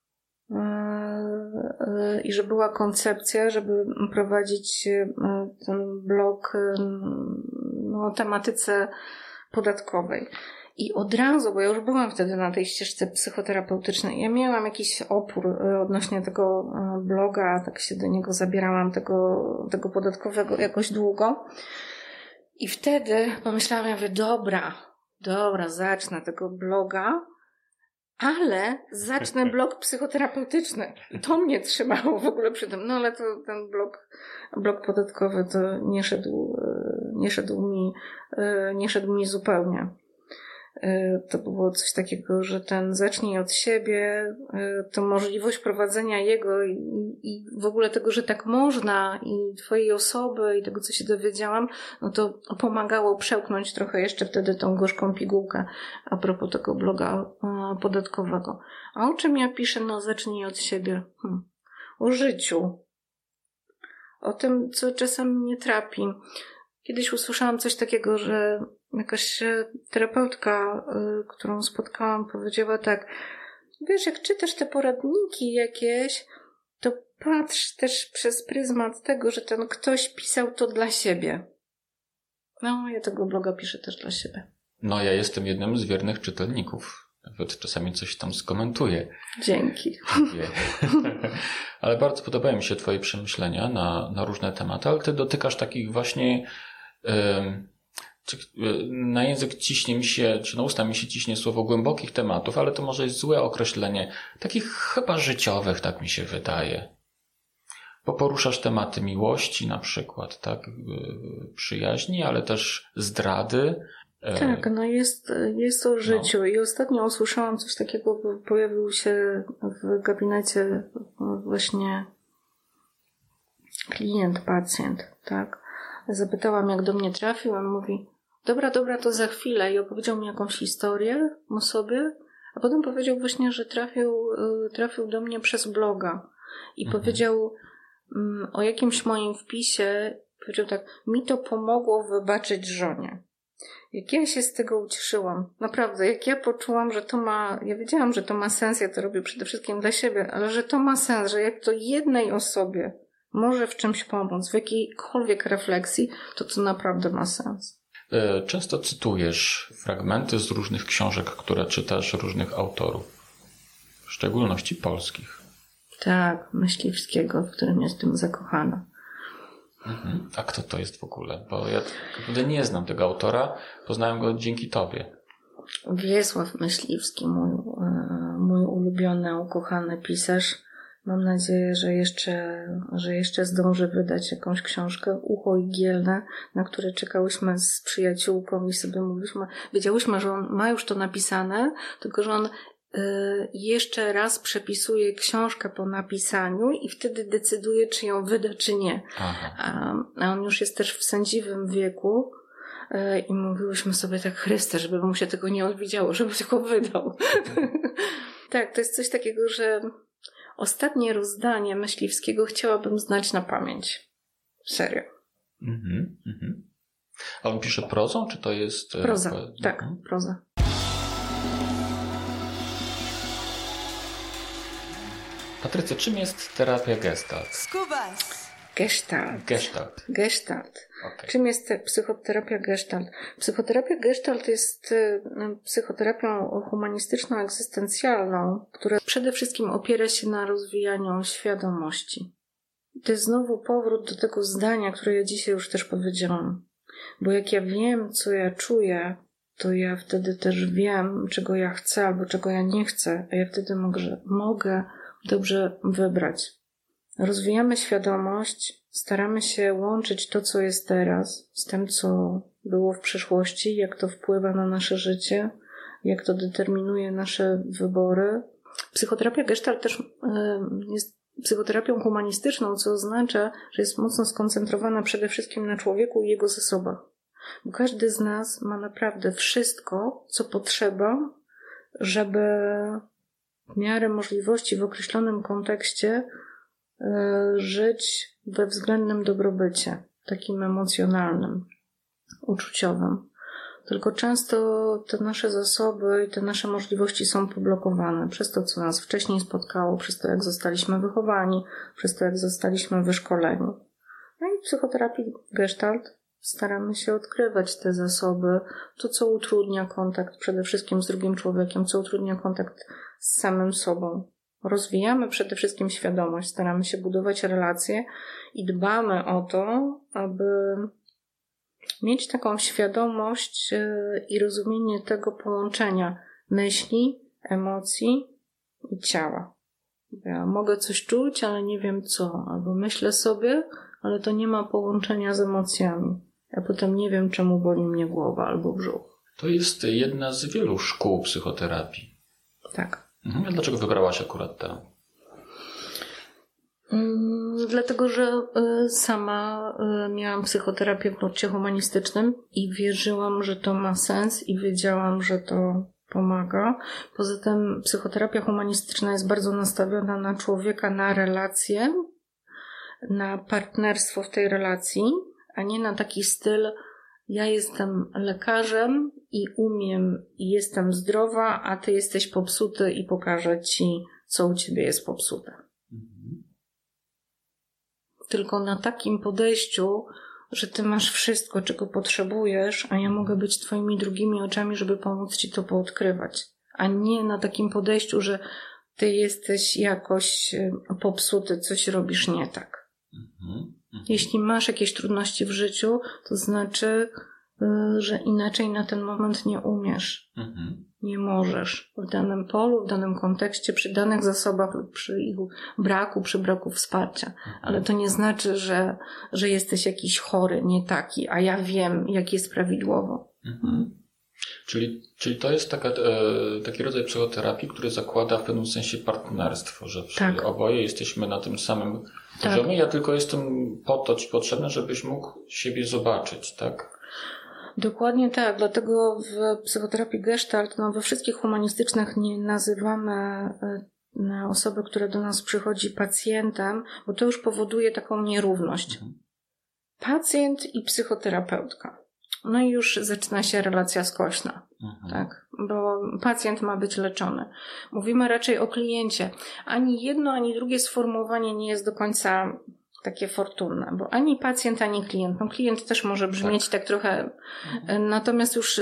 i że była koncepcja, żeby prowadzić ten blog no, o tematyce podatkowej. I od razu, bo ja już byłam wtedy na tej ścieżce psychoterapeutycznej, ja miałam jakiś opór odnośnie tego bloga, tak się do niego zabierałam, tego, tego podatkowego jakoś długo. I wtedy pomyślałam, ja mówię, dobra, dobra, zacznę tego bloga, ale zacznę blog psychoterapeutyczny. I to mnie trzymało w ogóle przy tym. No ale to ten blog, blog podatkowy to nie szedł, nie szedł mi, nie szedł mi zupełnie. To było coś takiego, że ten zacznij od siebie, to możliwość prowadzenia jego i, i w ogóle tego, że tak można i twojej osoby i tego, co się dowiedziałam, no to pomagało przełknąć trochę jeszcze wtedy tą gorzką pigułkę a propos tego bloga podatkowego. A o czym ja piszę? No zacznij od siebie. Hmm. O życiu. O tym, co czasem mnie trapi. Kiedyś usłyszałam coś takiego, że jakaś terapeutka, którą spotkałam, powiedziała tak, wiesz, jak czytasz te poradniki jakieś, to patrz też przez pryzmat tego, że ten ktoś pisał to dla siebie. No, ja tego bloga piszę też dla siebie. No, ja jestem jednym z wiernych czytelników. Nawet czasami coś tam skomentuję. Dzięki. Ale bardzo podobają mi się twoje przemyślenia na, na różne tematy, ale ty dotykasz takich właśnie... Yy, czy, yy, na język ciśnie mi się, czy na usta mi się ciśnie słowo głębokich tematów, ale to może jest złe określenie. Takich chyba życiowych, tak mi się wydaje. Bo poruszasz tematy miłości na przykład, tak? Yy, przyjaźni, ale też zdrady. Tak, no jest, jest o życiu. No. I ostatnio usłyszałam coś takiego, bo pojawił się w gabinecie właśnie klient, pacjent, tak? Zapytałam, jak do mnie trafił, on mówi, dobra, dobra, to za chwilę i opowiedział mi jakąś historię o sobie, a potem powiedział właśnie, że trafił, trafił do mnie przez bloga i mhm. powiedział um, o jakimś moim wpisie, powiedział tak, mi to pomogło wybaczyć żonie. Jak ja się z tego ucieszyłam, naprawdę, jak ja poczułam, że to ma, ja wiedziałam, że to ma sens, ja to robię przede wszystkim dla siebie, ale że to ma sens, że jak to jednej osobie może w czymś pomóc, w jakiejkolwiek refleksji, to to naprawdę ma sens. Często cytujesz fragmenty z różnych książek, które czytasz, różnych autorów, w szczególności polskich. Tak, Myśliwskiego, w którym jestem zakochana. Mhm. A kto to jest w ogóle? Bo ja naprawdę nie znam tego autora, poznałem go dzięki tobie. Wiesław Myśliwski, mój, mój ulubiony, ukochany pisarz. Mam nadzieję, że jeszcze, że jeszcze zdąży wydać jakąś książkę, Ucho igielne, na które czekałyśmy z przyjaciółką i sobie mówiliśmy, wiedziałyśmy, że on ma już to napisane, tylko że on jeszcze raz przepisuje książkę po napisaniu i wtedy decyduje, czy ją wyda, czy nie. A, a on już jest też w sędziwym wieku i mówiłyśmy sobie tak, Chryste, żeby mu się tego nie odwiedziało, żeby tylko wydał. Tak, to jest coś takiego, że ostatnie rozdanie Myśliwskiego chciałabym znać na pamięć. Serio. Mhm, mhm. A on pisze prozą, czy to jest... Proza, tak, mhm. proza. Patrycja, czym jest terapia Gestalt? Skubas. Gestalt. Gestalt. Gestalt. Okay. Czym jest psychoterapia Gestalt? Psychoterapia Gestalt jest psychoterapią humanistyczno-egzystencjalną, która przede wszystkim opiera się na rozwijaniu świadomości. To jest znowu powrót do tego zdania, które ja dzisiaj już też powiedziałam. Bo jak ja wiem, co ja czuję, to ja wtedy też wiem, czego ja chcę albo czego ja nie chcę, a ja wtedy mogę, mogę dobrze wybrać. Rozwijamy świadomość, staramy się łączyć to, co jest teraz, z tym, co było w przeszłości, jak to wpływa na nasze życie, jak to determinuje nasze wybory. Psychoterapia Gestalt też jest psychoterapią humanistyczną, co oznacza, że jest mocno skoncentrowana przede wszystkim na człowieku i jego zasobach. Bo każdy z nas ma naprawdę wszystko, co potrzeba, żeby w miarę możliwości w określonym kontekście y, żyć we względnym dobrobycie, takim emocjonalnym, uczuciowym. Tylko często te nasze zasoby i te nasze możliwości są poblokowane przez to, co nas wcześniej spotkało, przez to, jak zostaliśmy wychowani, przez to, jak zostaliśmy wyszkoleni. No i w psychoterapii Gestalt staramy się odkrywać te zasoby, to, co utrudnia kontakt przede wszystkim z drugim człowiekiem, co utrudnia kontakt z samym sobą. Rozwijamy przede wszystkim świadomość, staramy się budować relacje i dbamy o to, aby mieć taką świadomość i rozumienie tego połączenia myśli, emocji i ciała. Ja mogę coś czuć, ale nie wiem co. Albo myślę sobie, ale to nie ma połączenia z emocjami. Ja potem nie wiem, czemu boli mnie głowa albo brzuch. To jest jedna z wielu szkół psychoterapii. Tak. Mhm. A dlaczego wybrałaś akurat tę? Dlatego, że sama miałam psychoterapię w nurcie humanistycznym i wierzyłam, że to ma sens i wiedziałam, że to pomaga. Poza tym psychoterapia humanistyczna jest bardzo nastawiona na człowieka, na relacje, na partnerstwo w tej relacji, a nie na taki styl ja jestem lekarzem i umiem i jestem zdrowa, a ty jesteś popsuty i pokażę ci, co u ciebie jest popsute. Tylko na takim podejściu, że ty masz wszystko, czego potrzebujesz, a ja mogę być twoimi drugimi oczami, żeby pomóc ci to poodkrywać. A nie na takim podejściu, że ty jesteś jakoś popsuty, coś robisz nie tak. Mhm. Jeśli masz jakieś trudności w życiu, to znaczy, że inaczej na ten moment nie umiesz. Mhm. Nie możesz w danym polu, w danym kontekście, przy danych zasobach lub przy ich braku, przy braku wsparcia. Ale to nie znaczy, że, że jesteś jakiś chory, nie taki, a ja wiem, jak jest prawidłowo. Mhm. Czyli, czyli to jest taka, e, taki rodzaj psychoterapii, który zakłada w pewnym sensie partnerstwo, że tak. oboje jesteśmy na tym samym poziomie. Tak. Ja tylko jestem po to ci potrzebny, żebyś mógł siebie zobaczyć, tak? Dokładnie tak, dlatego w psychoterapii Gestalt, no we wszystkich humanistycznych nie nazywamy osoby, która do nas przychodzi pacjentem, bo to już powoduje taką nierówność. Mhm. Pacjent i psychoterapeutka. No i już zaczyna się relacja skośna, mhm. tak, bo pacjent ma być leczony. Mówimy raczej o kliencie. Ani jedno, ani drugie sformułowanie nie jest do końca takie fortunne, bo ani pacjent, ani klient. No klient też może brzmieć tak, tak trochę, mhm. natomiast już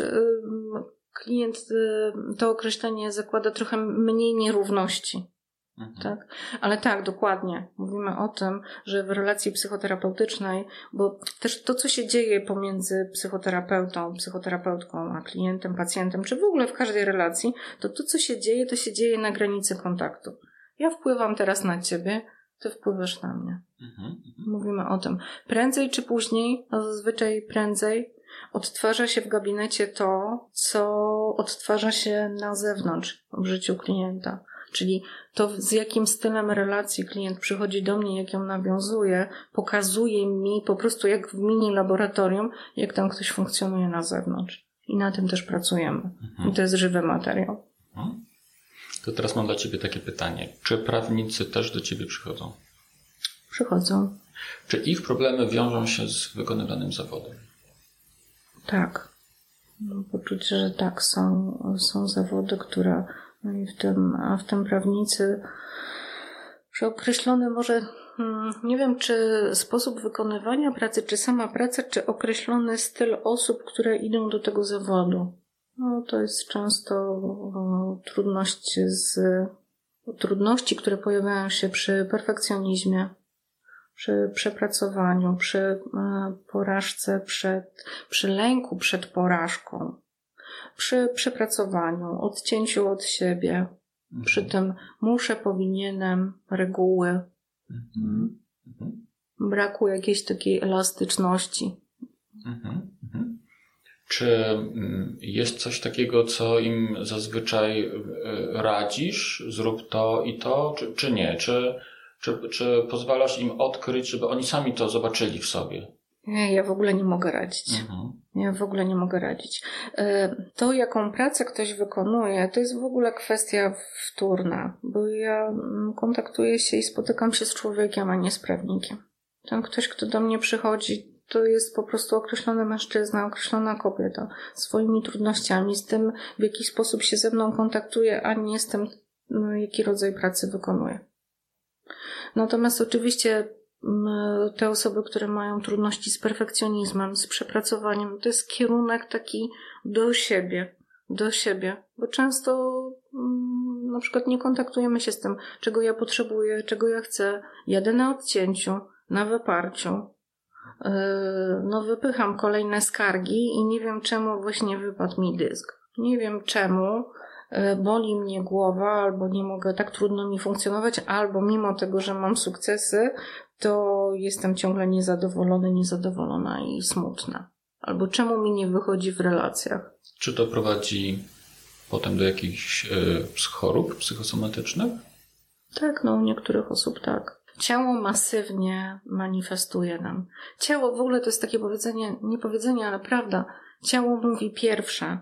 klient, to określenie zakłada trochę mniej nierówności. Mhm. Tak? Ale tak, dokładnie. Mówimy o tym, że w relacji psychoterapeutycznej, bo też to, co się dzieje pomiędzy psychoterapeutą, psychoterapeutką, a klientem, pacjentem, czy w ogóle w każdej relacji, to to, co się dzieje, to się dzieje na granicy kontaktu. Ja wpływam teraz na ciebie, ty wpływasz na mnie. Mhm. Mówimy o tym. Prędzej czy później, no zazwyczaj prędzej, odtwarza się w gabinecie to, co odtwarza się na zewnątrz w życiu klienta. Czyli to, z jakim stylem relacji klient przychodzi do mnie, jak ją nawiązuje, pokazuje mi po prostu jak w mini laboratorium, jak tam ktoś funkcjonuje na zewnątrz. I na tym też pracujemy. Mhm. I to jest żywy materiał. Mhm. To teraz mam dla ciebie takie pytanie. Czy prawnicy też do ciebie przychodzą? Przychodzą. Czy ich problemy wiążą się z wykonywanym zawodem? Tak. Mam poczucie, że tak. Są, są zawody, które... No i w tym, a w tym prawnicy, że określony może, nie wiem, czy sposób wykonywania pracy, czy sama praca, czy określony styl osób, które idą do tego zawodu. No, to jest często o, trudność z, o, trudności, które pojawiają się przy perfekcjonizmie, przy przepracowaniu, przy e, porażce, przed, przy lęku przed porażką. Przy przepracowaniu, odcięciu od siebie, mhm. przy tym muszę, powinienem, reguły, mhm. Mhm. braku jakiejś takiej elastyczności. Mhm. Mhm. Czy jest coś takiego, co im zazwyczaj radzisz, zrób to i to, czy, czy nie? Czy Czy, czy pozwalasz im odkryć, żeby oni sami to zobaczyli w sobie? Nie, ja w ogóle nie mogę radzić. Mhm. Ja w ogóle nie mogę radzić. To, jaką pracę ktoś wykonuje, to jest w ogóle kwestia wtórna, bo ja kontaktuję się i spotykam się z człowiekiem, a nie z prawnikiem. Ten ktoś, kto do mnie przychodzi, to jest po prostu określony mężczyzna, określona kobieta, swoimi trudnościami, z tym, w jaki sposób się ze mną kontaktuje, a nie z tym, no, jaki rodzaj pracy wykonuje. Natomiast oczywiście te osoby, które mają trudności z perfekcjonizmem, z przepracowaniem, to jest kierunek taki do siebie, do siebie, bo często mm, na przykład nie kontaktujemy się z tym, czego ja potrzebuję, czego ja chcę, jadę na odcięciu, na wyparciu, yy, no wypycham kolejne skargi i nie wiem czemu właśnie wypadł mi dysk, nie wiem czemu yy, boli mnie głowa, albo nie mogę, tak trudno mi funkcjonować, albo mimo tego, że mam sukcesy, to jestem ciągle niezadowolony, niezadowolona i smutna. Albo czemu mi nie wychodzi w relacjach. Czy to prowadzi potem do jakichś y, chorób psychosomatycznych? Tak, no u niektórych osób tak. Ciało masywnie manifestuje nam. Ciało w ogóle to jest takie powiedzenie, nie powiedzenie, ale prawda. Ciało mówi pierwsze.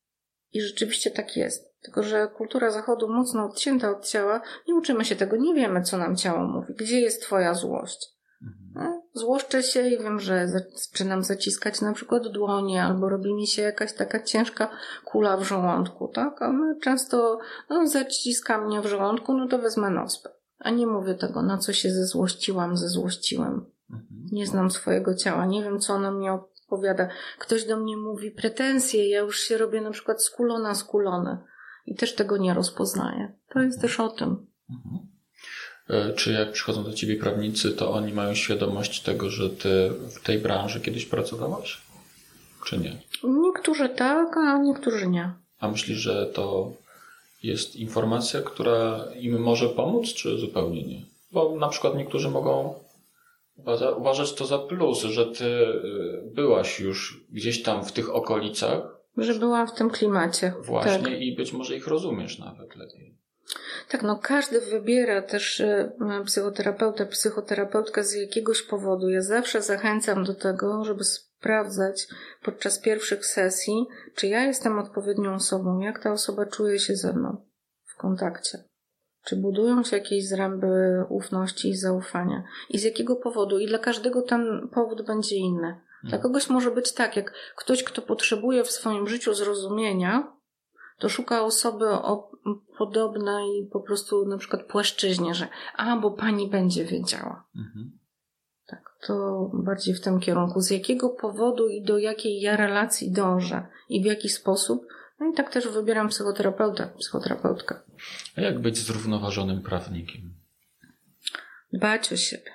I rzeczywiście tak jest. Tylko że kultura zachodu mocno odcięta od ciała, nie uczymy się tego, nie wiemy, co nam ciało mówi. Gdzie jest twoja złość? No, złoszczę się i wiem, że zaczynam zaciskać na przykład dłonie, albo robi mi się jakaś taka ciężka kula w żołądku, tak? A my często, no zaciska mnie w żołądku, no to wezmę nospę. A nie mówię tego, na co się zezłościłam, zezłościłem. Nie znam swojego ciała, nie wiem, co ono mi opowiada. Ktoś do mnie mówi pretensje, ja już się robię na przykład skulona, skulony. I też tego nie rozpoznaję. To jest też o tym. Mhm. Czy jak przychodzą do ciebie prawnicy, to oni mają świadomość tego, że ty w tej branży kiedyś pracowałaś? Czy nie? Niektórzy tak, a niektórzy nie. A myślisz, że to jest informacja, która im może pomóc, czy zupełnie nie? Bo na przykład niektórzy mogą uważać to za plus, że ty byłaś już gdzieś tam w tych okolicach. Że byłam w tym klimacie. Właśnie tak. I być może ich rozumiesz nawet lepiej. Tak, no każdy wybiera też psychoterapeutę, psychoterapeutkę z jakiegoś powodu. Ja zawsze zachęcam do tego, żeby sprawdzać podczas pierwszych sesji, czy ja jestem odpowiednią osobą, jak ta osoba czuje się ze mną w kontakcie. Czy budują się jakieś zręby ufności i zaufania. I z jakiego powodu. I dla każdego ten powód będzie inny. Dla kogoś może być tak, jak ktoś, kto potrzebuje w swoim życiu zrozumienia, to szuka osoby o podobnej po prostu na przykład płaszczyźnie, że a, bo pani będzie wiedziała. Mhm. Tak, to bardziej w tym kierunku. Z jakiego powodu i do jakiej ja relacji dążę i w jaki sposób. No i tak też wybieram psychoterapeutę, psychoterapeutkę. A jak być zrównoważonym prawnikiem? Dbać o siebie.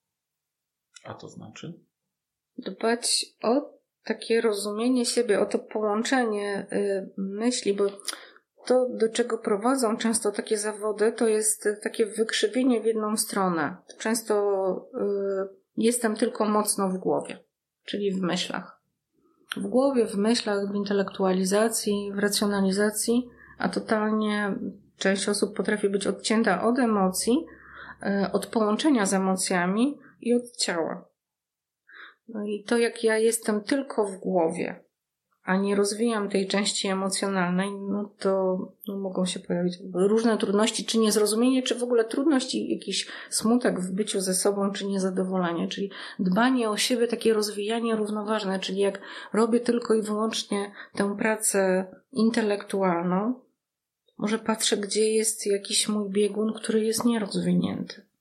A to znaczy? Dbać o takie rozumienie siebie, o to połączenie y, myśli, bo to, do czego prowadzą często takie zawody, to jest takie wykrzywienie w jedną stronę. Często y, jestem tylko mocno w głowie, czyli w myślach. W głowie, w myślach, w intelektualizacji, w racjonalizacji, a totalnie część osób potrafi być odcięta od emocji, y, od połączenia z emocjami i od ciała. No i to, jak ja jestem tylko w głowie, a nie rozwijam tej części emocjonalnej, no to no, mogą się pojawić różne trudności, czy niezrozumienie, czy w ogóle trudności, jakiś smutek w byciu ze sobą, czy niezadowolenie, czyli dbanie o siebie, takie rozwijanie równoważne, czyli jak robię tylko i wyłącznie tę pracę intelektualną, może patrzę, gdzie jest jakiś mój biegun, który jest nierozwinięty.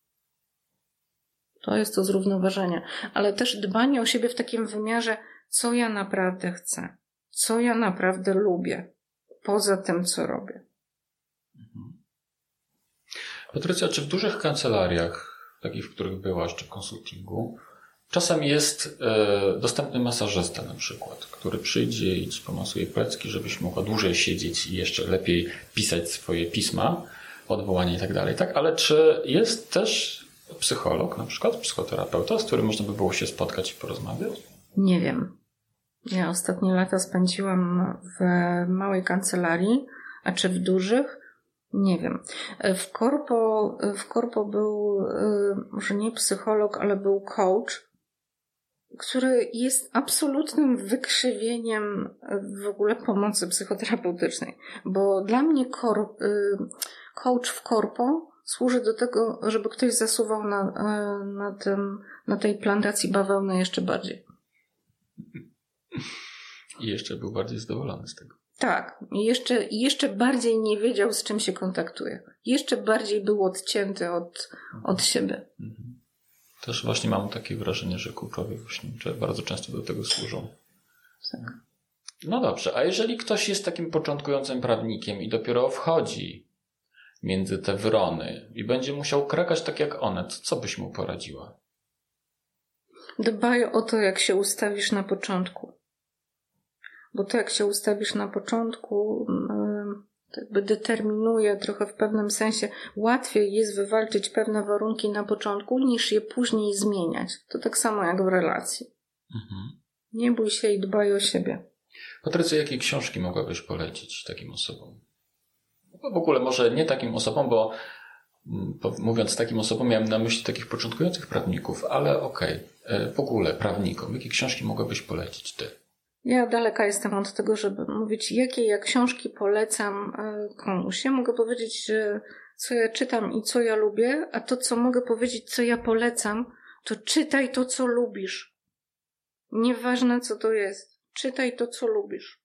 To jest to zrównoważenie, ale też dbanie o siebie w takim wymiarze, co ja naprawdę chcę, co ja naprawdę lubię, poza tym, co robię. Mhm. Patrycja, czy w dużych kancelariach, takich, w których byłaś, czy konsultingu, czasem jest e, dostępny masażysta na przykład, który przyjdzie i ci pomasuje plecki, żebyś mogła dłużej siedzieć i jeszcze lepiej pisać swoje pisma, odwołanie i tak dalej, tak? Ale czy jest też psycholog, na przykład psychoterapeuta, z którym można by było się spotkać i porozmawiać? Nie wiem. Ja ostatnie lata spędziłam w małej kancelarii, a czy w dużych? Nie wiem. W korpo, w korpo był może nie psycholog, ale był coach, który jest absolutnym wykrzywieniem w ogóle pomocy psychoterapeutycznej. Bo dla mnie kor, coach w korpo służy do tego, żeby ktoś zasuwał na, na, tym, na tej plantacji bawełny jeszcze bardziej. I jeszcze był bardziej zadowolony z tego. Tak. I jeszcze, jeszcze bardziej nie wiedział, z czym się kontaktuje. Jeszcze bardziej był odcięty od, od siebie. Mhm. Też właśnie mam takie wrażenie, że coachowie właśnie bardzo często do tego służą. Tak. No dobrze, a jeżeli ktoś jest takim początkującym prawnikiem i dopiero wchodzi między te wrony i będzie musiał krakać tak jak one, to co byś mu poradziła? Dbaj o to, jak się ustawisz na początku. Bo to, jak się ustawisz na początku, to jakby determinuje trochę w pewnym sensie. Łatwiej jest wywalczyć pewne warunki na początku, niż je później zmieniać. To tak samo jak w relacji. Mhm. Nie bój się i dbaj o siebie. Patrycja, jakie książki mogłabyś polecić takim osobom? W ogóle może nie takim osobom, bo mówiąc takim osobom miałem na myśli takich początkujących prawników, ale okej, okay. W ogóle prawnikom. Jakie książki mogłabyś polecić ty? Ja daleka jestem od tego, żeby mówić, jakie ja książki polecam komuś. Ja mogę powiedzieć, że co ja czytam i co ja lubię, a to, co mogę powiedzieć, co ja polecam, to czytaj to, co lubisz. Nieważne, co to jest. Czytaj to, co lubisz.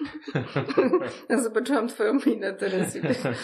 Ja zobaczyłam twoją minę teraz.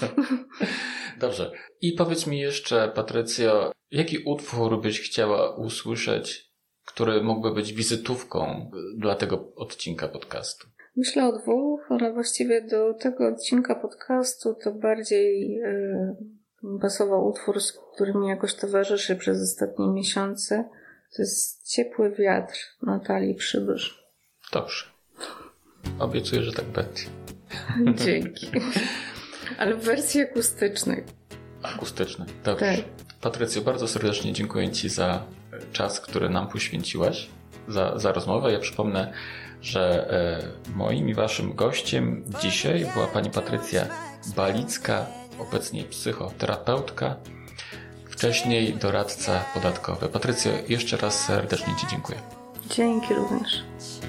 Dobrze. I powiedz mi jeszcze, Patrycjo, jaki utwór byś chciała usłyszeć, który mógłby być wizytówką dla tego odcinka podcastu? Myślę o dwóch, ale właściwie do tego odcinka podcastu to bardziej yy, pasował utwór, z którym mi jakoś towarzyszy przez ostatnie miesiące. To jest Ciepły wiatr Natalii Przybysz. Dobrze. Obiecuję, że tak będzie. Dzięki. Ale w wersji akustycznej. Akustycznej, dobrze. Tak. Patrycjo, bardzo serdecznie dziękuję Ci za czas, który nam poświęciłaś, za, za rozmowę. Ja przypomnę, że e, moim i Waszym gościem dzisiaj była Pani Patrycja Balicka, obecnie psychoterapeutka, wcześniej doradca podatkowy. Patrycjo, jeszcze raz serdecznie Ci dziękuję. Dzięki również.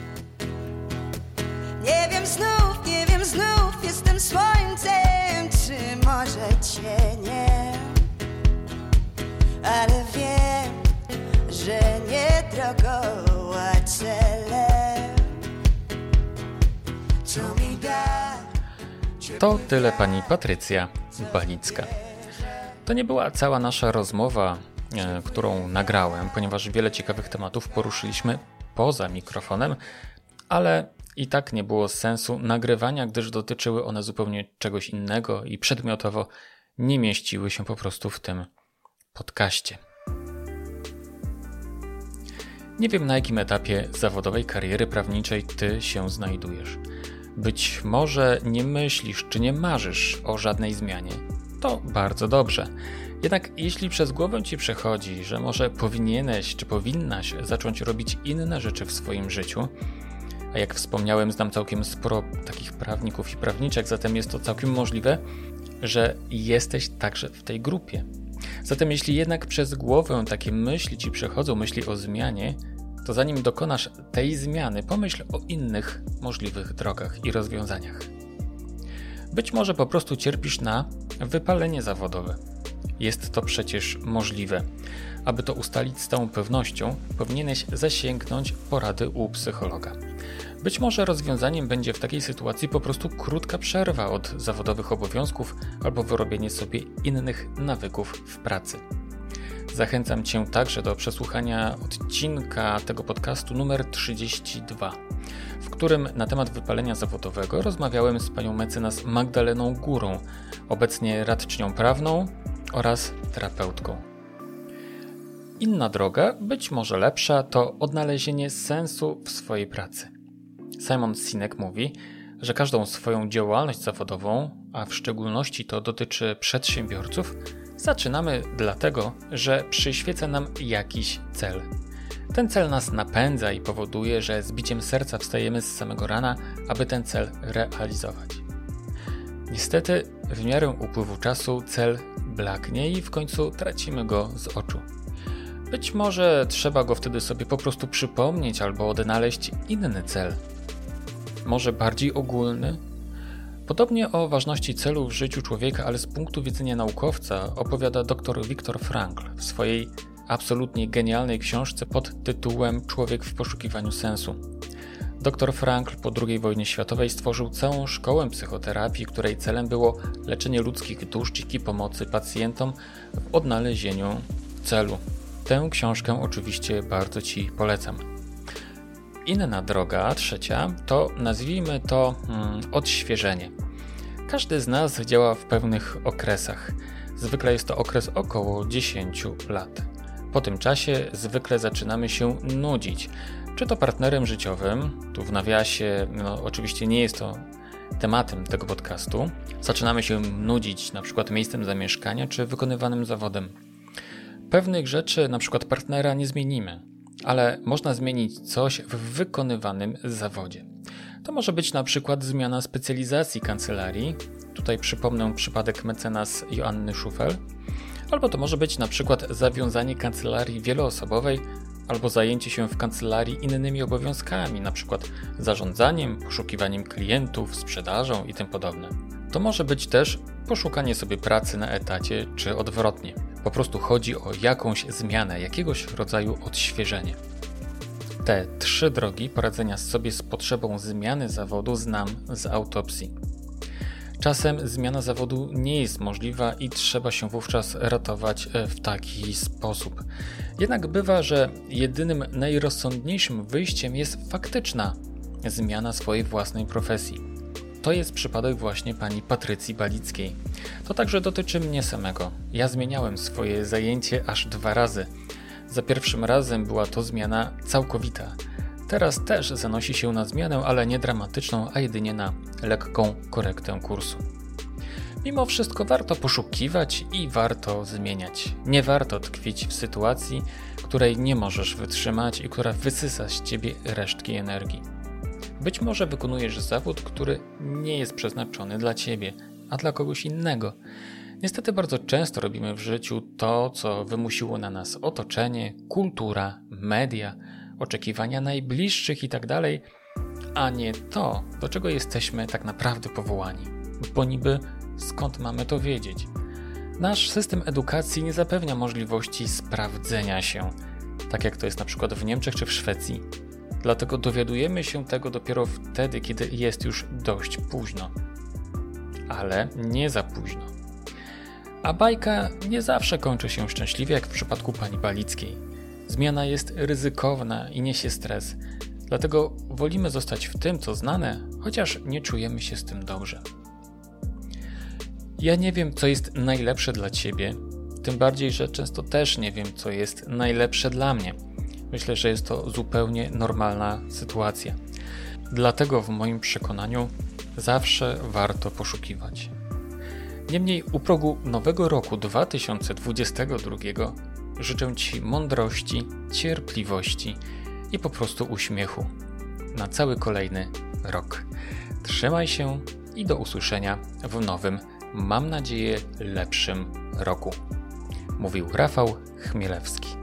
Nie wiem znów, nie wiem znów, jestem słońcem, czy może cieniem, ale wiem, że nie drogą, a celem. Co mi da? To tyle pani Patrycja Balicka. To nie była cała nasza rozmowa, e, którą nagrałem, ponieważ wiele ciekawych tematów poruszyliśmy poza mikrofonem, ale i tak nie było sensu nagrywania, gdyż dotyczyły one zupełnie czegoś innego i przedmiotowo nie mieściły się po prostu w tym podcaście. Nie wiem, na jakim etapie zawodowej kariery prawniczej ty się znajdujesz. Być może nie myślisz czy nie marzysz o żadnej zmianie. To bardzo dobrze. Jednak jeśli przez głowę ci przechodzi, że może powinieneś czy powinnaś zacząć robić inne rzeczy w swoim życiu, a jak wspomniałem, znam całkiem sporo takich prawników i prawniczek, zatem jest to całkiem możliwe, że jesteś także w tej grupie. Zatem jeśli jednak przez głowę takie myśli ci przechodzą, myśli o zmianie, to zanim dokonasz tej zmiany, pomyśl o innych możliwych drogach i rozwiązaniach. Być może po prostu cierpisz na wypalenie zawodowe. Jest to przecież możliwe. Aby to ustalić z całą pewnością, powinieneś zasięgnąć porady u psychologa. Być może rozwiązaniem będzie w takiej sytuacji po prostu krótka przerwa od zawodowych obowiązków albo wyrobienie sobie innych nawyków w pracy. Zachęcam Cię także do przesłuchania odcinka tego podcastu numer trzydzieści dwa, w którym na temat wypalenia zawodowego rozmawiałem z panią mecenas Magdaleną Górą, obecnie radczynią prawną oraz terapeutką. Inna droga, być może lepsza, to odnalezienie sensu w swojej pracy. Simon Sinek mówi, że każdą swoją działalność zawodową, a w szczególności to dotyczy przedsiębiorców, zaczynamy dlatego, że przyświeca nam jakiś cel. Ten cel nas napędza i powoduje, że z biciem serca wstajemy z samego rana, aby ten cel realizować. Niestety w miarę upływu czasu cel blaknie i w końcu tracimy go z oczu. Być może trzeba go wtedy sobie po prostu przypomnieć albo odnaleźć inny cel. Może bardziej ogólny? Podobnie o ważności celu w życiu człowieka, ale z punktu widzenia naukowca, opowiada dr Viktor Frankl w swojej absolutnie genialnej książce pod tytułem Człowiek w poszukiwaniu sensu. dr Frankl po drugiej wojnie światowej stworzył całą szkołę psychoterapii, której celem było leczenie ludzkich dusz dzięki pomocy pacjentom w odnalezieniu celu. Tę książkę oczywiście bardzo Ci polecam. Inna droga, trzecia, to nazwijmy to hmm, odświeżenie. Każdy z nas działa w pewnych okresach. Zwykle jest to okres około dziesięć lat. Po tym czasie zwykle zaczynamy się nudzić. Czy to partnerem życiowym, tu w nawiasie, no oczywiście nie jest to tematem tego podcastu. Zaczynamy się nudzić na przykład miejscem zamieszkania czy wykonywanym zawodem. Pewnych rzeczy, na przykład partnera, nie zmienimy, ale można zmienić coś w wykonywanym zawodzie. To może być na przykład zmiana specjalizacji kancelarii, tutaj przypomnę przypadek mecenas Joanny Szufel, albo to może być na przykład zawiązanie kancelarii wieloosobowej, albo zajęcie się w kancelarii innymi obowiązkami, na przykład zarządzaniem, poszukiwaniem klientów, sprzedażą i tym podobne. To może być też poszukanie sobie pracy na etacie, czy odwrotnie. Po prostu chodzi o jakąś zmianę, jakiegoś rodzaju odświeżenie. Te trzy drogi poradzenia sobie z potrzebą zmiany zawodu znam z autopsji. Czasem zmiana zawodu nie jest możliwa i trzeba się wówczas ratować w taki sposób. Jednak bywa, że jedynym najrozsądniejszym wyjściem jest faktyczna zmiana swojej własnej profesji. To jest przypadek właśnie pani Patrycji Balickiej. To także dotyczy mnie samego. Ja zmieniałem swoje zajęcie aż dwa razy. Za pierwszym razem była to zmiana całkowita. Teraz też zanosi się na zmianę, ale nie dramatyczną, a jedynie na lekką korektę kursu. Mimo wszystko warto poszukiwać i warto zmieniać. Nie warto tkwić w sytuacji, której nie możesz wytrzymać i która wysysa z ciebie resztki energii. Być może wykonujesz zawód, który nie jest przeznaczony dla ciebie, a dla kogoś innego. Niestety bardzo często robimy w życiu to, co wymusiło na nas otoczenie, kultura, media, oczekiwania najbliższych itd., a nie to, do czego jesteśmy tak naprawdę powołani. Bo niby skąd mamy to wiedzieć? Nasz system edukacji nie zapewnia możliwości sprawdzenia się, tak jak to jest na przykład w Niemczech czy w Szwecji. Dlatego dowiadujemy się tego dopiero wtedy, kiedy jest już dość późno. Ale nie za późno. A bajka nie zawsze kończy się szczęśliwie, jak w przypadku pani Balickiej. Zmiana jest ryzykowna i niesie stres, dlatego wolimy zostać w tym, co znane, chociaż nie czujemy się z tym dobrze. Ja nie wiem, co jest najlepsze dla ciebie, tym bardziej, że często też nie wiem, co jest najlepsze dla mnie. Myślę, że jest to zupełnie normalna sytuacja. Dlatego w moim przekonaniu zawsze warto poszukiwać. Niemniej u progu nowego roku dwa tysiące dwudziestego drugiego życzę Ci mądrości, cierpliwości i po prostu uśmiechu na cały kolejny rok. Trzymaj się i do usłyszenia w nowym, mam nadzieję, lepszym roku. Mówił Rafał Chmielewski.